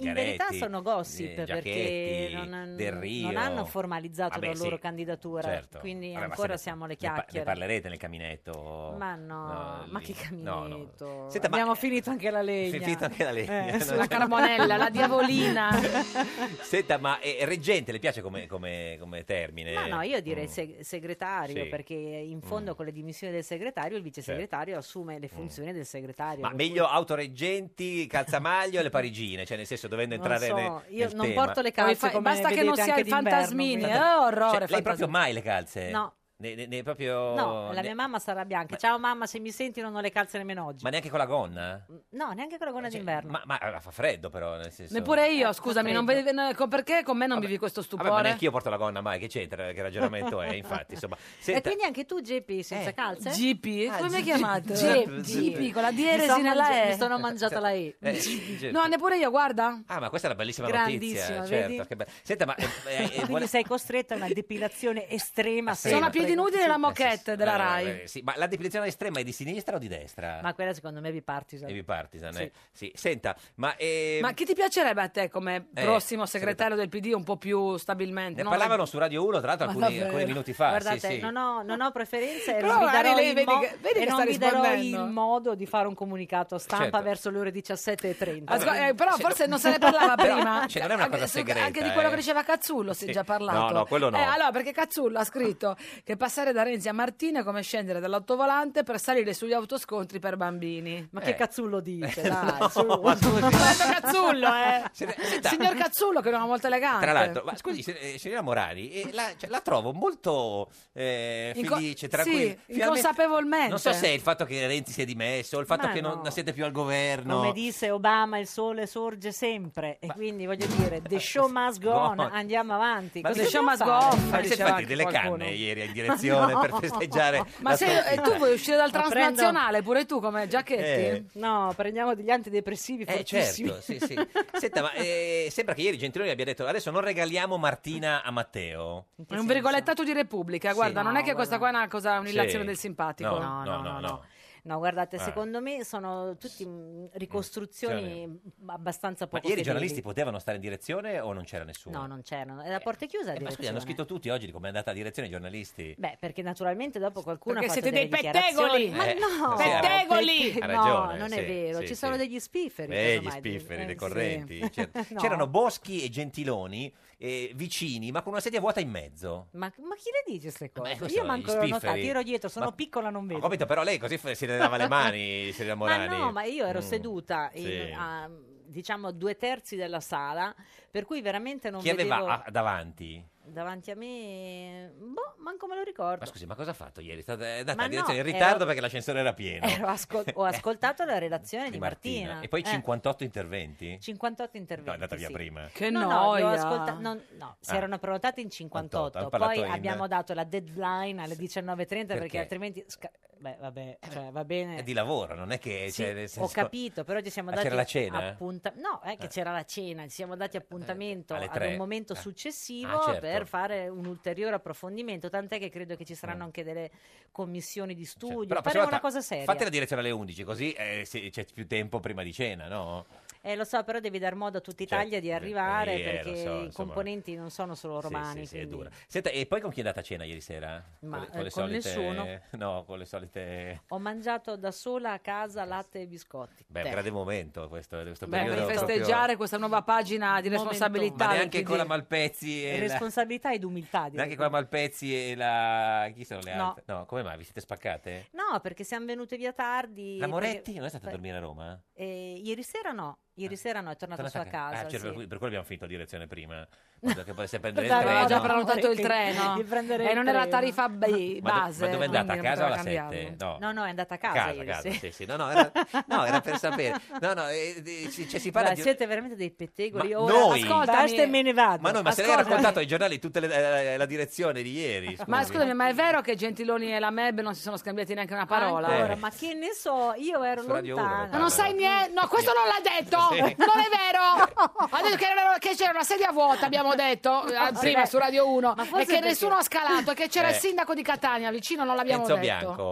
verità Zingaretti, sono gossip eh, perché Giachetti, non, Del Rio. non hanno formalizzato Vabbè, la loro sì, candidatura, certo. quindi Vabbè, ma ancora se ne- siamo alle ne pa- chiacchiere. Ne parlerete nel caminetto? Ma no, ma lì. che No, no. caminetto. Senta, ma- Abbiamo finito anche la legna. Fi- finito anche la legna. Eh, Non sì. La carbonella, la diavolina. Senta, ma eh, reggente le piace come, come, come termine? Ma no, io direi Mm. seg- segretario, Sì. perché in fondo con le dimissioni del segretario il vice segretario assume le funzioni del segretario. Ma per meglio autoreggenti, calzamaglio e le parigine? Cioè, nel senso, dovendo Non entrare so, nel, io nel non tema. porto le calze, Fa- come basta che vedete non sia anche il d'inverno, fantasmini, quindi- eh, orrore. Cioè, lei fantasmini. proprio mai le calze? No. Ne, ne- ne proprio... No, la ne- mia mamma sarà bianca. Ciao mamma, se mi senti non ho le calze nemmeno oggi. Ma neanche con la gonna? No, neanche con la gonna d'inverno. Ma, ma fa freddo però, nel senso... Neppure io, Eh, scusami, fa non freddo. vedi- no, co- perché con me non vivi questo Vabbè, ma stupore? neanche io porto la gonna mai, che c'entra? Che ragionamento è, infatti, insomma. E Senta, quindi anche tu, G P, senza calze? G P? Come mi hai G- chiamato? G- G P, con la Mi dieresi sono nella mangi- E. Mi sono mangiata la E. eh, G- No, neppure io, guarda. Ah, ma questa è una bellissima Grandissima, notizia, certo. vedi? Che be- Senta, ma... eh, eh, eh, Quindi vuole- sei costretta a una depilazione estrema. Sono a piedi nudi nella moquette della Eh, Rai. eh, sì, ma la depilazione estrema è di sinistra o di destra? Ma quella secondo me è bipartisan. È bipartisan, Sì. eh. Sì. Senta, ma... eh, Ma chi ti piacerebbe a te come Eh, prossimo segretario del P D un po' più stabilmente? Ne Non- parlavano su Radio uno, tra l'altro, Ma alcuni, davvero? alcuni minuti fa. Guardate, sì, sì. Non, ho, non ho preferenze e Però non vi magari darò, lei il, vedi mo- che- vedi e che non sta vi darò rispondendo. il modo di fare un comunicato stampa Certo. verso le ore diciassette e trenta. Ascol- eh, però forse non se ne parlava Però, prima. cioè, non è una Anche- cosa su- segreta, Anche di quello eh. che diceva Cazzullo si è Sì. già parlato. No, no, quello no. Eh, allora, perché Cazzullo ha scritto che passare da Renzi a Martina è come scendere dall'autovolante per salire sugli autoscontri per bambini. Ma Eh. che Cazzullo dice? Dai, No, su. ma scusi. Ha detto Cazzullo, eh. Se- senta, Signor Cazzullo, che è una molto elegante. Tra l'altro, ma scusi, se- eh, signora Morani, eh, la, cioè, la trovo molto eh, Inco- felice, tranquilla. sì, inconsapevolmente. Non so se è il fatto che Renzi si è dimesso, o il fatto Ma che non, no. non siete più al governo. Come disse Obama, il sole sorge sempre. E quindi voglio dire, the show must go on, No. andiamo avanti. Ma Cosa the show dobbiamo must go fare? off, Ma vi siete diceva fatti anche delle qualcuno. canne ieri in direzione No. per festeggiare Ma la se sconfitta? eh, tu vuoi uscire dal Ma prendo- transnazionale pure tu come Giacchetti? Eh. No, prendiamo degli antidepressivi Eh fortissimi. certo, sì, sì. Senta, ma eh, sembra che ieri Gentiloni abbia detto adesso non regaliamo Martina a Matteo. È un virgolettato di Repubblica, guarda, Sì. non è No, che questa qua guarda. è una cosa, un'illazione Sì. del simpatico. No, no, no, no. No, guardate, Ah. secondo me sono tutti mh, ricostruzioni abbastanza Ma poco ieri i fedeli. giornalisti potevano stare in direzione o non c'era nessuno? No, non c'erano. È la porta chiusa. Eh, ma scusi, hanno scritto tutti oggi di come è andata la direzione i giornalisti. Beh, perché naturalmente dopo qualcuno Perché ha fatto siete delle dei pettegoli! dichiarazioni. Ma Eh, no, sì, ha- pettegoli! ha No, ragione, non sì, è vero. sì, Ci sì. sono degli spifferi. Eh, gli casomai, di- spifferi, eh, dei sì. correnti. certo. No. C'erano Boschi e Gentiloni eh, vicini, ma con una sedia vuota in mezzo. Ma, ma chi le dice queste cose? questi Io sono manco gli l'ho notato, spifferi. io ero dietro, sono Ma- piccola, non Ho vedo. capito, però lei così f- si ne dava le mani, Serena Ma Morani. no, ma io ero Mm. seduta in, Sì. a, diciamo, due terzi della sala, per cui veramente non Chi vedevo... aveva a- davanti? Davanti a me... Boh, manco me lo ricordo. Ma scusi, ma cosa ha fatto ieri? È stata- è andata Ma in direzione no, in ritardo ero- perché l'ascensore era pieno. Ero ascol- ho ascoltato la relazione di, Martina. E poi Eh, cinquantotto interventi? cinquantotto interventi. No, è andata via sì. prima. Che no, no, noia. li ho ascolta- non- no, si Ah. erano prenotati in cinquantotto, hanno parlato poi in- abbiamo dato la deadline alle diciannove e trenta perché, Perché? altrimenti... sca- Beh, vabbè, cioè, va bene. È di lavoro, non è che... Sì, cioè, nel ho senso- capito, però ci siamo Ah, dati c'era la cena? appunta- no, è che Eh. c'era la cena, ci siamo dati appuntamento alle ad tre. un momento Ah. successivo Ah, certo. per fare un ulteriore approfondimento, tant'è che credo che ci saranno Mm. anche delle commissioni di studio, Cioè, Però, faremo prossima una volta cosa seria. Fate la direzione alle undici, così eh, sì, c'è più tempo prima di cena, no? Eh, lo so, però devi dar modo a tutta Italia Certo, di arrivare eh, perché lo so, i insomma. componenti non sono solo romani. Sì, sì, sì, è quindi- dura. Senta, e poi con chi è andata a cena ieri sera? Ma, con, le- con eh, le con solite... nessuno. No, con le solite... Ho mangiato da sola a casa latte e biscotti. Beh, Te. un grande momento questo, questo Beh, periodo per proprio- festeggiare questa nuova pagina di responsabilità. Ma del neanche P D. con la Malpezzi e la... Responsabilità ed umiltà. direi. Neanche con la Malpezzi e la... Chi sono le No. altre? No, come mai? Vi siete spaccate? No, perché siamo venute via tardi. La Moretti perché- non è stata a dormire a Roma? Eh, ieri sera no, ieri sera no, è tornata Tornata a sua ca- casa. Ah, cioè, sì. per, cui- per quello abbiamo finito la direzione prima. Perché poi se prendere il Dai, treno... Aveva già no, prenotato il che- treno di prendere e il non era treno. tariffa ba- Ma, do- base. ma dove è andata? A quindi casa o alla poteva cambiarlo. sette? No. No, no, è andata a casa, Casa, ieri, casa, sì. sì, sì. No, no, era, no, era per sapere. No, no, eh, eh, ci- cioè, si parla Dai, di... siete veramente dei pettegoli. Ma Ora, noi? basta e me ne vado. Ma no, ma se lei ha Ascoltami. raccontato ai giornali tutta le- eh, la direzione di ieri, scusi. Ma scusami, ma è vero che Gentiloni e la Meb non si sono scambiati neanche una parola? Ancora, Eh. ma che ne so, io ero Su Radio uno lontana. Ma non sai niente? No, questo non l'ha detto! Sì. Non è vero! Ha detto che, era- che c'era una sedia vuota, abbiamo detto eh, prima beh, su Radio uno, ma e forse che perché- nessuno ha scalato, e che c'era Eh. il sindaco di Catania vicino, non l'abbiamo Enzo detto. Bianco.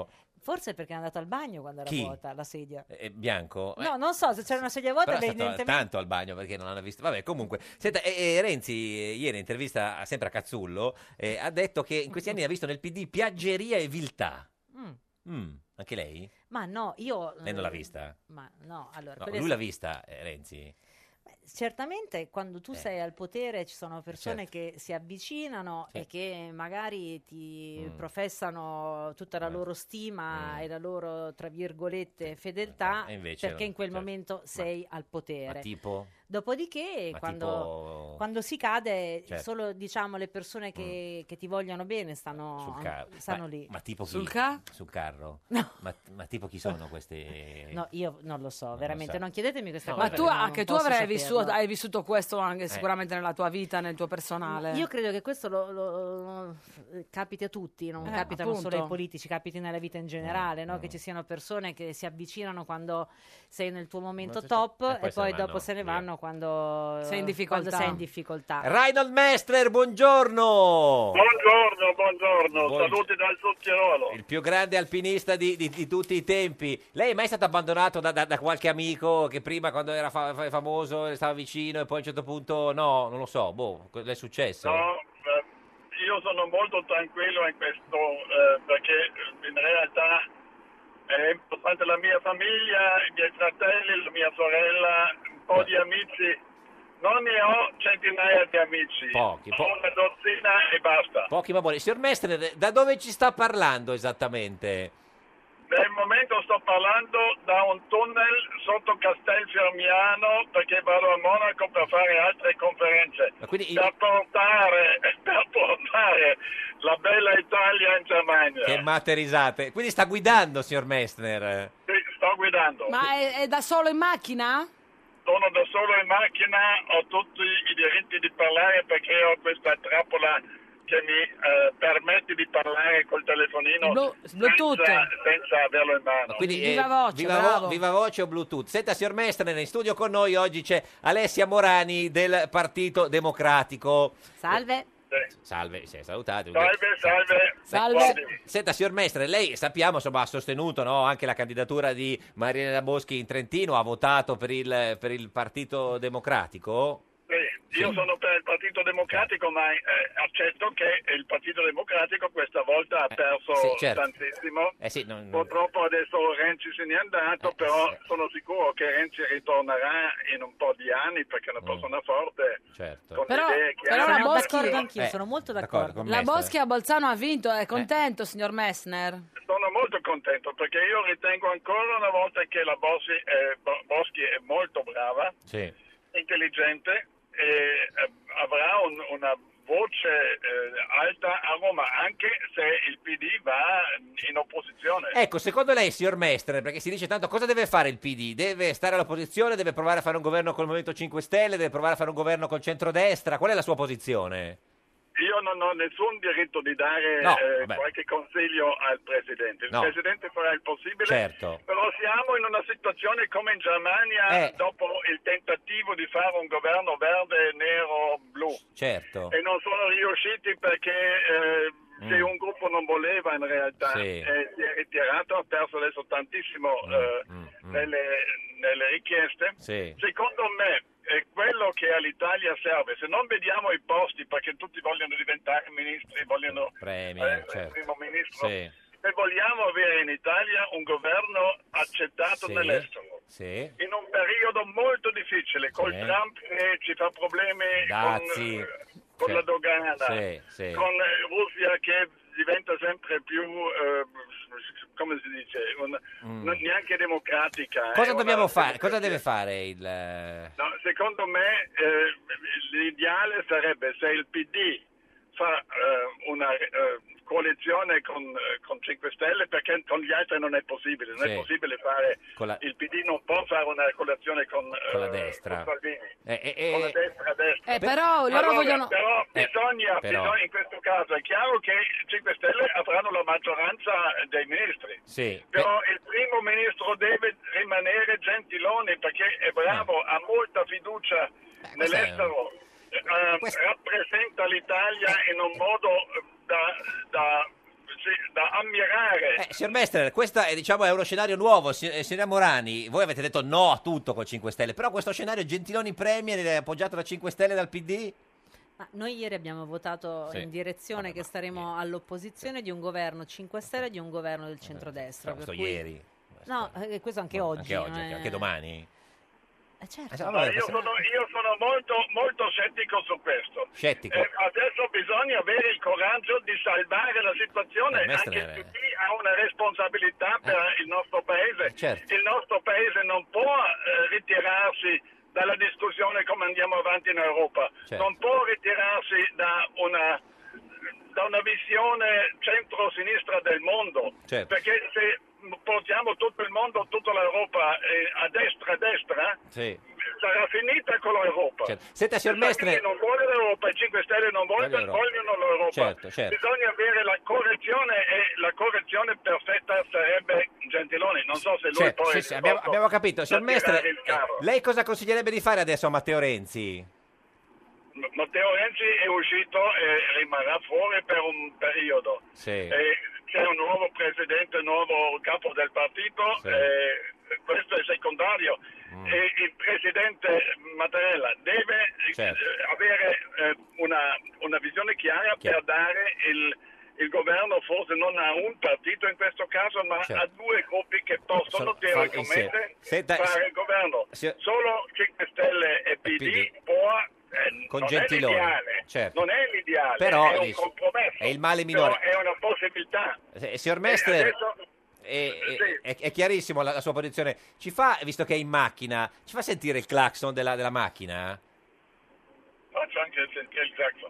Forse perché è andato al bagno quando era Chi? vuota la sedia. È bianco? Eh, No, non so se c'era una sedia vuota, però è stato evidentemente. tanto al bagno perché non l'hanno visto. Vabbè, comunque. Senta, e, e Renzi, eh, ieri in intervista a- sempre a Cazzullo, eh, ha detto che in questi anni ha visto nel P D piaggeria e viltà. Mm. Mm, anche lei? Ma no, io... Lei non l'ha eh, vista? Ma no, allora... No, quelle lui so- l'ha vista, eh, Renzi? Certamente quando tu sei al potere ci sono persone certo. che si avvicinano Sì. e che magari ti Mm. professano tutta la loro stima e la loro, tra virgolette, fedeltà, E invece perché no, in quel certo. momento sei al potere. Ma tipo? Dopodiché, Ma quando, tipo- quando si cade, Certo. solo diciamo le persone che, che ti vogliono bene stanno, Sul carro. stanno ma, lì. ma tipo chi? Sul ca- Sul carro? No. Ma, ma tipo chi sono questi? No, io non lo so, veramente, sa. non chiedetemi queste No, cose. Ma tu, perché non- anche non tu posso avrai saperlo. vissuto, hai vissuto questo anche Eh. sicuramente nella tua vita, nel tuo personale. Io credo che questo lo, lo- lo- capiti a tutti, non Eh, capitano appunto. solo ai politici, capiti nella vita in generale, no? Che ci siano persone che si avvicinano quando sei nel tuo momento Ma- top e e poi poi, se ne dopo vanno se ne via. vanno quando Sei in difficoltà. quando sei in difficoltà. Reinhold Mestrer, buongiorno! Buongiorno, buongiorno, Buongi- saluti dal Sud Tirolo. Il più grande alpinista di, di- di tutti i tempi. Lei è mai stato abbandonato da, da- da qualche amico che prima, quando era fa- fa- famoso, le stava vicino e poi a un certo punto no? Non lo so, boh, le è successo? No, eh, io sono molto tranquillo in questo eh, perché in realtà è importante la mia famiglia, i miei fratelli, la mia sorella, un po' di amici. Non ne ho centinaia di amici, Pochi, po- ho una dozzina e basta. Pochi ma buoni. Signor Mestrer, da dove ci sta parlando esattamente? Nel momento sto parlando da un tunnel sotto Castelfiormiano perché vado a Monaco per fare altre conferenze. quindi- Per portare, per portare la bella Italia in Germania. Che matte risate. Quindi sta guidando, signor Mestner? Sì, sto guidando. Ma è, è da solo in macchina? Sono da solo in macchina, ho tutti i diritti di parlare perché ho questa trappola che mi eh, permette di parlare col telefonino Blu- Bluetooth. senza, senza averlo in mano. Quindi, eh, Viva voce, viva, bravo. viva voce o Bluetooth? Senta, signor Mestner, in studio con noi oggi c'è Alessia Morani del Partito Democratico. Salve. Salve, sì, salutate. Salve, salve. Salve. Senta, signor Mestre, lei sappiamo, insomma, ha sostenuto, no, anche la candidatura di Marianela Boschi in Trentino, ha votato per il, per il Partito Democratico? Sì, io sono per il Partito Democratico, ma eh, accetto che il Partito Democratico questa volta ha perso sì, certo. tantissimo. Eh sì, non- Purtroppo adesso Renzi se n'è andato, però sono sicuro che Renzi ritornerà in un po' di anni perché è una persona forte. Certo. Con Però- le idee però chiare. la Sono Boschi- d'accordo anch'io, Eh, sono molto d'accordo d'accordo. con La Mestner. Boschi a Bolzano ha vinto, è contento, signor Messner? Sono molto contento perché io ritengo ancora una volta che la Boschi è, Bo- Boschi è molto brava, Sì. intelligente e eh, avrà un- una voce eh, alta a Roma, anche se il P D va in opposizione. Ecco, secondo lei, signor Mestre, perché si dice tanto, cosa deve fare il P D? Deve stare all'opposizione, deve provare a fare un governo col Movimento cinque Stelle, deve provare a fare un governo col centrodestra? Qual è la sua posizione? Io non ho nessun diritto di dare No, eh, vabbè. qualche consiglio al Presidente. Il No. Presidente farà il possibile, Certo. però siamo in una situazione come in Germania Eh. dopo il tentativo di fare un governo verde, nero, blu. Certo. E non sono riusciti perché eh, se Mm. un gruppo non voleva in realtà Sì. eh, si è ritirato, ha perso adesso tantissimo eh, nelle, nelle richieste. Sì. Secondo me è quello che all'Italia serve. Se non vediamo i posti perché tutti vogliono diventare ministri, vogliono Premier, eh, certo. primo ministro, Sì. e vogliamo avere in Italia un governo accettato Sì. nell'estero. Sì. In un periodo molto difficile, col Sì. Trump che ci fa problemi Dazi. con, con Sì. la dogana, Sì, sì. con eh, Russia che diventa sempre più, eh, come si dice, un- Mm. non neanche democratica. Cosa è dobbiamo una- fare? Cosa deve fare il... eh, No, secondo me eh, l'ideale sarebbe se il P D fa eh, una eh, coalizione con, eh, con cinque Stelle, perché con gli altri non è possibile, non Sì. è possibile fare, Con la- il P D non può fare una coalizione con, Con la eh, destra. con Salvini, eh, eh, eh, con la destra a destra. Eh, però loro Allora, vogliono... però Eh, bisogna, però- bisogna, in questo caso è chiaro che i cinque Stelle avranno la maggioranza dei ministri. Sì. Però il primo ministro deve rimanere Gentiloni perché è bravo, ha molta fiducia nell'estero, eh, rappresenta l'Italia in un modo eh, da, da da ammirare. Eh, signor Mestre, questo è, diciamo, è uno scenario nuovo. Si- eh, Signora Morani, voi avete detto no a tutto col cinque Stelle, però questo scenario Gentiloni Premier è appoggiato da cinque Stelle e dal P D? Ma noi ieri abbiamo votato Sì. in direzione che staremo all'opposizione di un governo cinque Stelle e di un governo del centrodestra. Questo per cui- ieri. No, eh, questo anche oggi. Anche oggi, eh. anche, anche domani? Eh, certo. Eh, Ma vabbè, io, se- sono, io sono molto, molto scettico su questo. Scettico. Eh, adesso bisogna avere il coraggio di salvare la situazione, Eh, Mestre, anche eh. se chi ha una responsabilità per il nostro paese. certo. Il nostro paese non può eh, ritirarsi dalla discussione come andiamo avanti in Europa, Certo. non può ritirarsi da una, da una visione centro-sinistra del mondo, Certo. perché se portiamo tutto il mondo, tutta l'Europa eh, a destra, a destra, Sì. sarà finita con l'Europa. Certo. Senta, signor Salvini Mestre- non vuole l'Europa, i cinque Stelle non vogliono, Vogliono l'Europa. vogliono l'Europa. Certo, certo. Bisogna avere la correzione e la correzione perfetta sarebbe Gentiloni. Non so se lui Certo, poi sì, sì, abbiamo, disposto abbiamo capito. Signor a Mestre, tirare il carro. eh, lei cosa consiglierebbe di fare adesso a Matteo Renzi? Matteo Renzi è uscito e rimarrà fuori per un periodo. Sì. E c'è un nuovo presidente, un nuovo capo del partito, Sì. e questo è secondario. Mm. E il presidente Mattarella deve Certo. eh, avere eh, una, una visione chiara Chiaro. per dare il, il governo forse non a un partito in questo caso, ma Certo. a due gruppi che possono Sono- teoricamente insieme. Senta, fare il governo. Signor- Solo cinque Stelle e P D, P D. può... eh, Con non Gentiloni, è l'ideale, certo. non è l'ideale, Però, è un dice, compromesso, è il male però minore. è una possibilità. Eh, Signor E Mestre, adesso- è, sì. è- è chiarissimo la, la sua posizione. Ci fa, visto che è in macchina, ci fa sentire il clacson della, della macchina? Faccio anche sentire il clacson.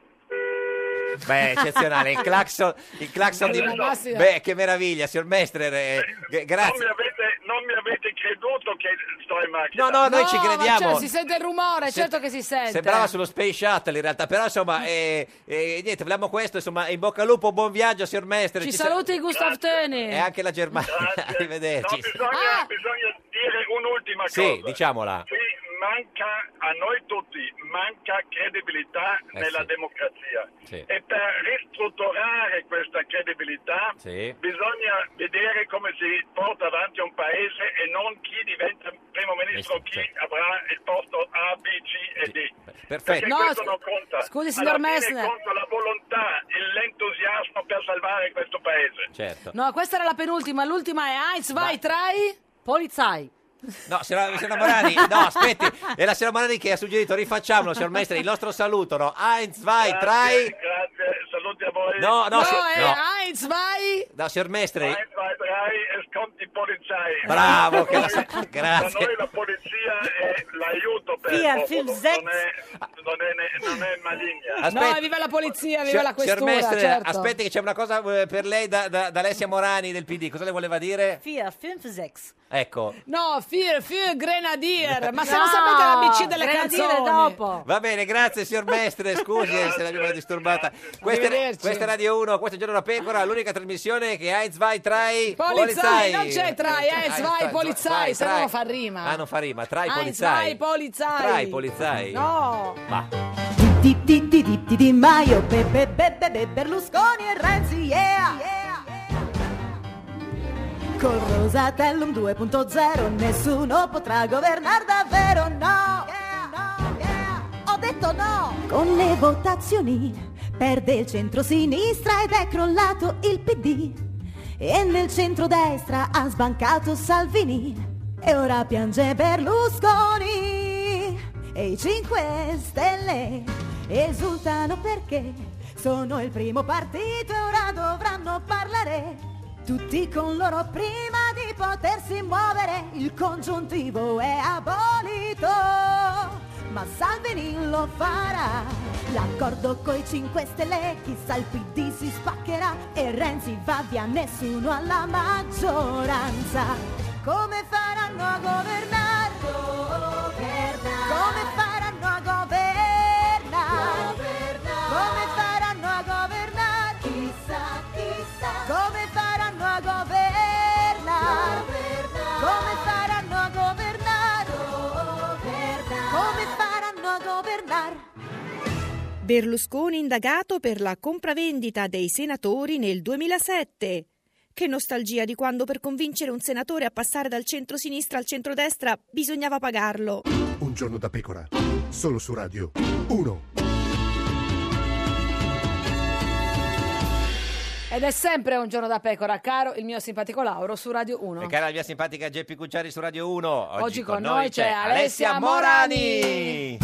Beh, eccezionale, il clacson, il clacson di... È la massima. Beh, che meraviglia, signor Mestre, eh, g- Non mi, grazie. avete, non mi avete creduto che sto in macchina. No, no, noi No, ci ma crediamo. certo, si sente il rumore, Se- certo che si sente. Sembrava sullo Space Shuttle in realtà, però insomma, eh, eh, niente, volevamo questo, insomma, in bocca al lupo, buon viaggio, signor Mestre. Ci sa- saluti Gustav Töni. E anche la Germania, arrivederci. No, bisogna, bisogna dire un'ultima Sì, cosa. diciamola. Sì, manca a noi tutti, manca credibilità Eh, nella sì. democrazia. Sì. E per ristrutturare questa credibilità Sì. bisogna vedere come si porta avanti un paese e non chi diventa primo ministro, chi certo. avrà il posto A, B, C e D. Perfetto. Perché No, questo scu- non conta. scusi, signor Alla fine Messner. conta la volontà, il- l'entusiasmo per salvare questo paese. Certo. No, questa era la penultima, l'ultima è Heinz, vai, trai. Polizai. No, signora, signora Morani, no, aspetti, è la signora Morani che ha suggerito, rifacciamolo, signor Mestre, il nostro saluto, no? Heinz, vai, Grazie, trai. grazie, saluti a voi. No, no, No, si- è no. Heinz, vai. No, signor Mestre, Vai, vai, vai, e sconti polizai. bravo, che Da la sa- noi- grazie. Da noi la polizia è l'aiuto per Via, il film popolo, Zex. non è, non è, non è maligna. Aspetta. No, viva la polizia, viva Signor- la questura, signor Mestre, certo. aspetti che c'è una cosa eh, per lei da, da, da Alessia Morani del P D, cosa le voleva dire? Via, film Zex. Ecco, No, Fear, Fear Grenadier, ma se No, non sapete l'A B C delle Grenadier canzoni. dopo. va bene, grazie signor Mestre, scusi eh, se l'abbiamo disturbata. Questa è, Arrivederci. questa è Radio uno, questo è Giorno da Pecora, l'unica trasmissione che Heinz vai trai Polizai, non c'è trai, Heinz, vai, vai, polizai, se no trai. non fa rima. Ah, non fa rima, trai Heinz, polizai. vai, polizai. Trai polizai. No. Va. Di di di di di Di Maio, be, be, be, be, be, Berlusconi e Renzi, yeah! Col Rosatellum due punto zero nessuno potrà governare davvero, no! No, yeah. Ho detto no! Con le votazioni perde il centro-sinistra ed è crollato il P D. E nel centro-destra ha sbancato Salvini e ora piange Berlusconi. E i cinque Stelle esultano perché sono il primo partito e ora dovranno parlare tutti con loro prima di potersi muovere. Il congiuntivo è abolito, ma Salvini lo farà. L'accordo coi cinque Stelle, chissà il P D si spaccherà e Renzi va via, nessuno alla maggioranza. Come faranno a governare? Governare. Come faranno a governare? Governare. Come faranno a governare? Chissà, chissà. Come faranno a governare? Governare. Come faranno a governare? Governare. Come faranno a governare? Berlusconi indagato per la compravendita dei senatori nel duemilasette. Che nostalgia di quando per convincere un senatore a passare dal centro-sinistra al centrodestra bisognava pagarlo. Un giorno da pecora, solo su Radio uno. Ed è sempre un giorno da pecora, caro il mio simpatico Lauro su Radio uno. E cara la mia simpatica Geppi Cucciari su Radio uno. Oggi, Oggi con noi c'è Alessia Morani.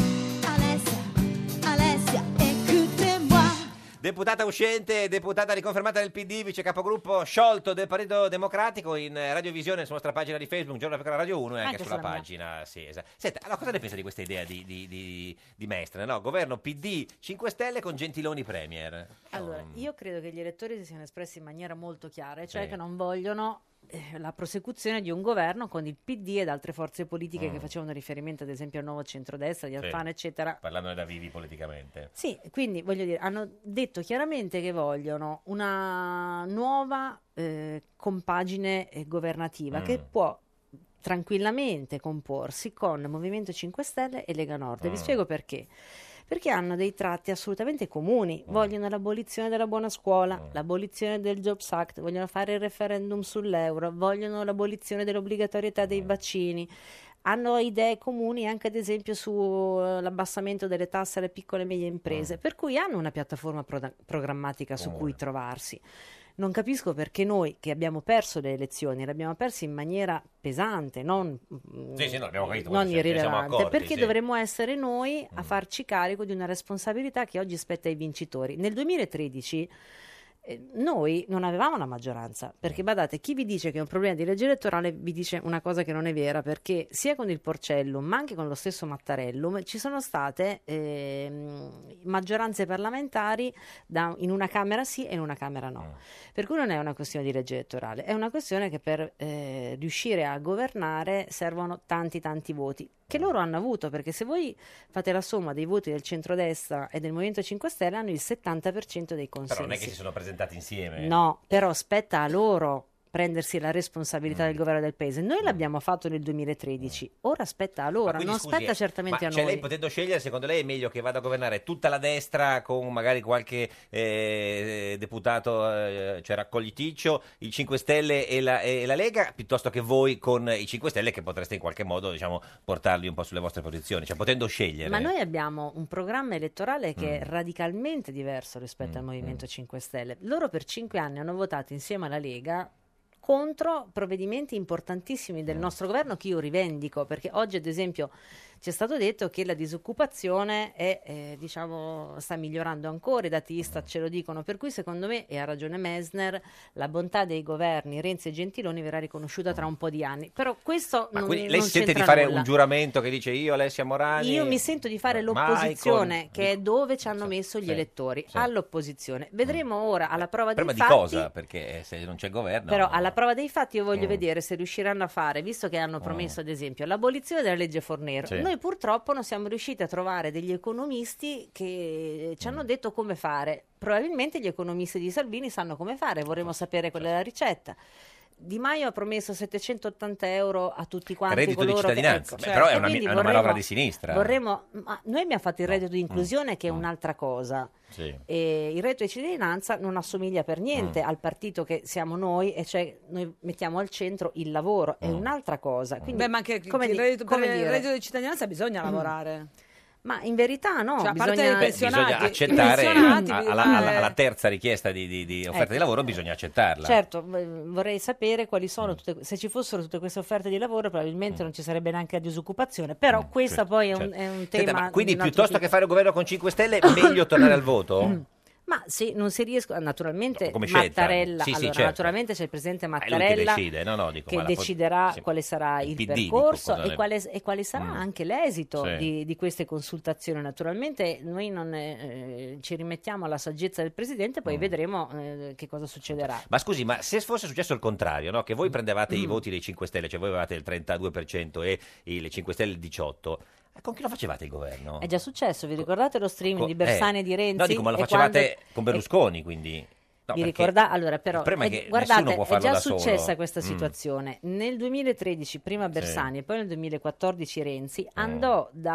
Deputata uscente, deputata riconfermata del P D, vice capogruppo sciolto del Partito Democratico, in radiovisione sulla nostra pagina di Facebook, Giorno da Pecora Radio uno, e anche, Anche sulla sulla mia. pagina. Sì, esatto. Senta, allora cosa ne pensa di questa idea di, di, di, di Mestre? No? Governo P D cinque Stelle con Gentiloni Premier. Allora, Um, io credo che gli elettori si siano espressi in maniera molto chiara, cioè Sì. che non vogliono eh, la prosecuzione di un governo con il P D ed altre forze politiche Mm. che facevano riferimento ad esempio al nuovo centrodestra, di sì. Alfano, eccetera. Parlandone da vivi politicamente. Sì, quindi voglio dire, hanno detto chiaramente che vogliono una nuova eh, compagine eh, governativa Mm. che può tranquillamente comporsi con Movimento cinque Stelle e Lega Nord. E vi Mm. spiego perché. Perché hanno dei tratti assolutamente comuni. Vogliono l'abolizione della buona scuola, l'abolizione del Jobs Act, vogliono fare il referendum sull'euro, vogliono l'abolizione dell'obbligatorietà dei vaccini. Hanno idee comuni anche ad esempio sull'abbassamento delle tasse alle piccole e medie imprese, per cui hanno una piattaforma pro- programmatica su cui trovarsi. Non capisco perché noi che abbiamo perso le elezioni, le abbiamo perse in maniera pesante, non, Sì, sì, no, abbiamo capito, non ce ne siamo irrilevante, accorti, perché sì. dovremmo essere noi a farci carico di una responsabilità che oggi spetta ai vincitori. Nel duemilatredici eh, noi non avevamo la maggioranza, perché badate, chi vi dice che è un problema di legge elettorale vi dice una cosa che non è vera, perché sia con il Porcellum ma anche con lo stesso Mattarellum ci sono state ehm, maggioranze parlamentari da- in una Camera sì e in una Camera no, per cui non è una questione di legge elettorale, è una questione che per eh, riuscire a governare servono tanti tanti voti che loro hanno avuto, perché se voi fate la somma dei voti del centrodestra e del Movimento cinque Stelle hanno il settanta per cento dei consensi. Però non è che si sono presentati insieme. No, però spetta a loro prendersi la responsabilità Mm. del governo del paese. Noi l'abbiamo fatto nel duemilatredici, ora spetta a loro, Ma quindi, non scusi, spetta eh, certamente ma a cioè noi. lei potendo scegliere, secondo lei è meglio che vada a governare tutta la destra con magari qualche eh, deputato, eh, cioè raccogliticcio, il cinque Stelle e la, e la Lega, piuttosto che voi con i cinque Stelle che potreste in qualche modo, diciamo, portarli un po' sulle vostre posizioni, cioè potendo scegliere. Ma noi abbiamo un programma elettorale che è Mm. radicalmente diverso rispetto al Movimento cinque Stelle. Loro per cinque anni hanno votato insieme alla Lega contro provvedimenti importantissimi del nostro governo che io rivendico, perché oggi ad esempio ci è stato detto che la disoccupazione è, eh, diciamo, sta migliorando ancora, i dati Istat ce lo dicono, per cui secondo me, e ha ragione Messner, la bontà dei governi Renzi e Gentiloni verrà riconosciuta tra un po' di anni. Però questo Ma non, quindi non lei si sente di c'entra fare nulla. un giuramento che dice io, Alessia Morani... Io mi sento di fare Mai l'opposizione, con- che è dove ci hanno messo gli sì, elettori, sì. all'opposizione. Vedremo ora alla prova Prima dei di fatti. cosa? Perché eh, se non c'è il governo... Però alla prova dei fatti io voglio Mm. vedere se riusciranno a fare, visto che hanno promesso ad esempio l'abolizione della legge Fornero. Sì. Noi purtroppo non siamo riusciti a trovare degli economisti che ci Mm. hanno detto come fare. Probabilmente gli economisti di Salvini sanno come fare, vorremmo sapere qual è la ricetta. Di Maio ha promesso settecentottanta euro a tutti quanti Reddito di coloro che- cittadinanza. ecco, Beh, però è e una, quindi è una vorremmo- manovra di sinistra. Vorremmo, ma noi abbiamo fatto il reddito di Mm. inclusione che è un'altra cosa. Sì. E il reddito di cittadinanza non assomiglia per niente Mm. al partito che siamo noi, e cioè noi mettiamo al centro il lavoro, è Mm. un'altra cosa. Quindi, Beh, ma anche come il di- reddito, per come il dire? reddito di cittadinanza bisogna Mm. lavorare. Ma in verità no, Cioè, a parte bisogna, i pensionati, Bisogna accettare i pensionati, a- bisogna- alla, alla- alla terza richiesta di, di- di offerta Ecco. di lavoro bisogna accettarla. Certo, v- vorrei sapere quali sono Mm. tutte, se ci fossero tutte queste offerte di lavoro probabilmente non ci sarebbe neanche la disoccupazione, però questa certo, poi è un, certo. è un Senta, tema ma quindi di un altro piuttosto tipo. che fare un governo con cinque Stelle meglio tornare al voto? Ma se non si riescono, naturalmente come scelta. Mattarella, Sì, sì, allora, certo. naturalmente c'è il presidente è lui che Mattarella decide, no, no, dico, che ma la pos- deciderà sì. quale sarà il, P D, dico, percorso cosa e ne- quale, e quale sarà Mm. anche l'esito Sì. di, di queste consultazioni. Naturalmente noi non eh, eh, ci rimettiamo alla saggezza del presidente, poi Mm. vedremo eh, che cosa succederà. Ma scusi, ma se fosse successo il contrario, no? Che voi prendevate Mm. i voti dei cinque Stelle, cioè voi avevate il trentadue per cento e i- le cinque Stelle il diciotto per cento, con chi lo facevate il governo? È già successo, vi ricordate lo streaming Co- di Bersani eh, e di Renzi? No, dico, ma lo E facevate quando- con Berlusconi, quindi... No, Vi perché ricorda- allora, però, il problema è è- che guardate, nessuno può è farlo già da successa solo. questa Mm. situazione. Nel duemilatredici, prima Bersani e poi nel duemilaquattordici Renzi, Mm. andò da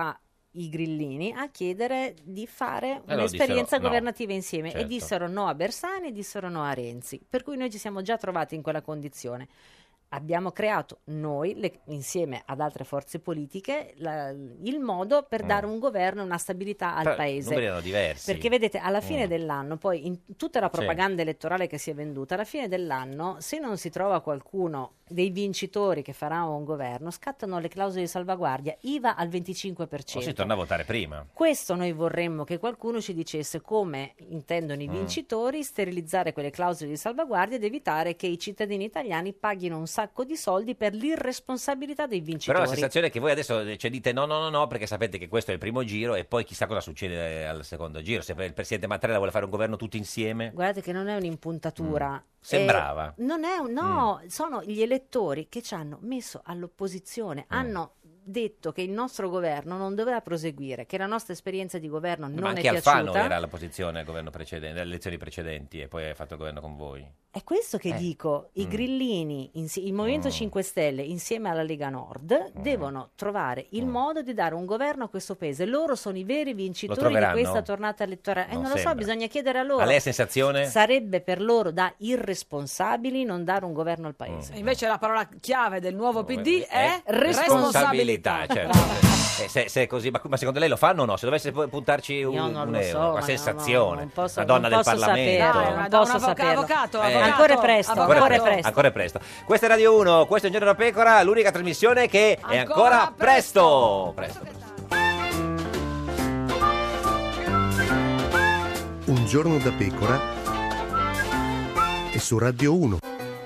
i grillini a chiedere di fare Eh, un'esperienza dissero no. governativa insieme Certo. e dissero no a Bersani e dissero no a Renzi, per cui noi ci siamo già trovati in quella condizione. Abbiamo creato noi, le- insieme ad altre forze politiche, la- il modo per Mm. dare un governo e una stabilità al Però i paese. numeri erano diversi. Perché vedete, alla fine Mm. dell'anno, poi in tutta la Sì. propaganda elettorale che si è venduta, alla fine dell'anno, se non si trova qualcuno dei vincitori che farà un governo, scattano le clausole di salvaguardia, I V A al venticinque per O cento. si torna a votare prima. Questo noi vorremmo che qualcuno ci dicesse come intendono i Mm. vincitori sterilizzare quelle clausole di salvaguardia ed evitare che i cittadini italiani paghino un sacco di soldi per l'irresponsabilità dei vincitori. Però la sensazione è che voi adesso cioè, dite no, no, no, no, perché sapete che questo è il primo giro e poi chissà cosa succede al secondo giro. Se il presidente Mattarella vuole fare un governo tutti insieme. Guardate che non è un'impuntatura. Mm. Sembrava. Eh, non è un, no, sono gli elettori che ci hanno messo all'opposizione, Mm. hanno detto che il nostro governo non doveva proseguire, che la nostra esperienza di governo Ma non anche è Alfano piaciuta. era all'opposizione al governo precedente, nelle elezioni precedenti e poi ha fatto il governo con voi. È questo che Eh. dico, i Mm. grillini, insi- il Movimento Mm. cinque Stelle insieme alla Lega Nord devono trovare il Mm. modo di dare un governo a questo paese. Loro sono i veri vincitori di troveranno? questa tornata elettorale. E Non non lo so, sembra. bisogna chiedere a loro. A lei è sensazione? Sarebbe per loro da irresponsabili non dare un governo al paese. E invece la parola chiave del nuovo P D è, Eh, responsabilità. certo. Eh, se, se è così, ma, ma secondo lei lo fanno o no? Se dovesse pu- puntarci un, Io non un lo euro, so, una ma sensazione, no, non posso- una donna non del posso Parlamento. saperlo, Dai, non una- posso un avvoca- saperlo. avvocato, Eh. avvocato, Ancora è presto, avvocato. ancora è presto. Ancora è presto. Questa è Radio uno, questo è Un Giorno da Pecora, l'unica trasmissione che è ancora presto. presto. Un giorno da pecora e su Radio uno.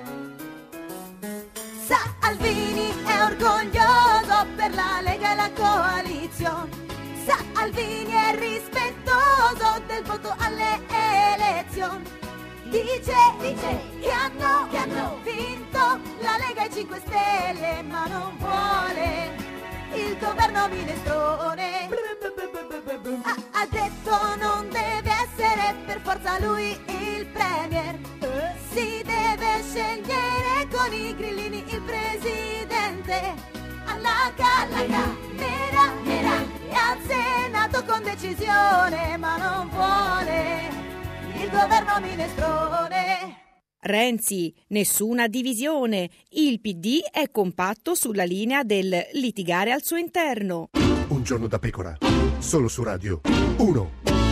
Salvini è orgoglioso per la Lega e la coalizione. Salvini è rispettoso del voto alle elezioni. Dice, dice che hanno, che hanno vinto la Lega e i cinque Stelle, ma non vuole il governo minestrone. Ha, ha detto non deve essere per forza lui il premier. Si deve scegliere con i grillini il presidente. Alla Camera, nera, nera, e al Senato con decisione, ma non vuole il governo minestrone. Renzi, nessuna divisione. Il P D è compatto sulla linea del litigare al suo interno. Un giorno da pecora, solo su Radio uno.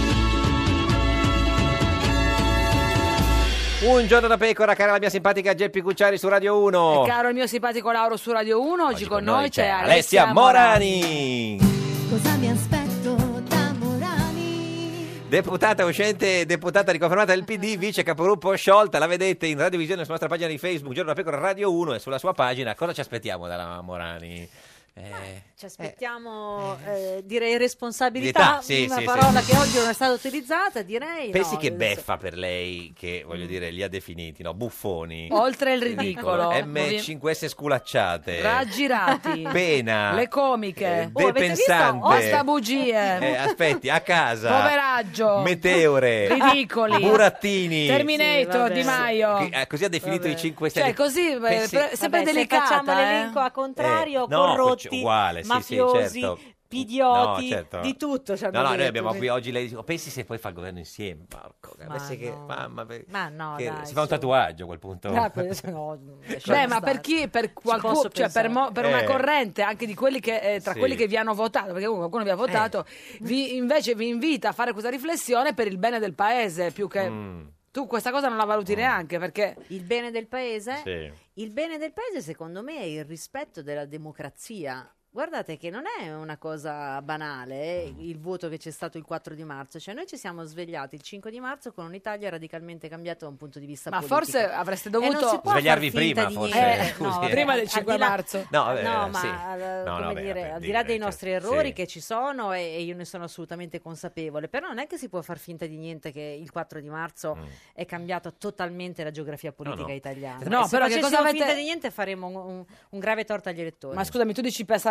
Un Giorno da Pecora, cara la mia simpatica Geppi Cucciari su Radio uno. E caro il mio simpatico Lauro su Radio uno, oggi, con noi c'è Alessia Alessia Morani. Cosa mi aspetto da Morani? Deputata uscente, deputata riconfermata del P D, vice capogruppo sciolta, la vedete in radiovisione sulla nostra pagina di Facebook, Giorno da Pecora Radio uno, e sulla sua pagina. Cosa ci aspettiamo dalla Morani? Eh, Ci aspettiamo, eh, direi responsabilità, Verità, sì, una sì, parola sì. che oggi non è stata utilizzata, direi. pensi no, che adesso- beffa per lei, che voglio dire, li ha definiti, no? Buffoni. Oltre il ridicolo. M cinque S sculacciate. Raggirati. Pena. Le comiche. Eh, depensante. Osta bugie. Eh, aspetti, a casa. Poveraggio. Meteore. Ridicoli. Burattini. Terminator, Sì, vabbè. Di Maio. Che- eh, così ha definito i cinque Stelle. Cioè, così, eh, Pensi- pre- sempre Vabbè, se delicata. facciamo eh. l'elenco a contrario, Eh, no, corrotti, uguale, sì, sì, mafiosi, certo. pidioti, No, certo. di tutto. ci hanno No, no, noi detto. abbiamo qui oggi lei dice, pensi se poi fa il governo insieme, porco, Ma pensi che, no. mamma, che- Ma no, che dai, si fa un su. tatuaggio a quel punto. Ah, questo no, Beh, lasciamo ma stare. per chi, per posso qualcuno, cioè per, pensare. mo- per una Eh. corrente anche di quelli che eh, tra Sì. quelli che vi hanno votato, perché comunque qualcuno vi ha votato, vi, invece vi invita a fare questa riflessione per il bene del paese, più che Mm. tu questa cosa non la valuti neanche, perché Il bene del paese? Sì. Il bene del paese, secondo me, è il rispetto della democrazia. Guardate che non è una cosa banale eh, il voto che c'è stato il quattro di marzo, cioè noi ci siamo svegliati il cinque di marzo con un'Italia radicalmente cambiata da un punto di vista ma politico. forse avreste E non dovuto si può Svegliarvi far finta prima, di forse, niente. eh, no, scusi, vabbè, prima del al cinque di là- marzo. No, vabbè, no, ma sì. eh, No, come no, beh, dire, vabbè, al di là dei dire, nostri certo, errori sì. che ci sono e, e io ne sono assolutamente consapevole, però non è che si può far finta di niente che il quattro di marzo è cambiata totalmente la geografia politica no. italiana. No, E se però che facessimo cosa avete- finta di niente faremo un, un- un grave torto agli elettori. Ma scusami, tu dici per stare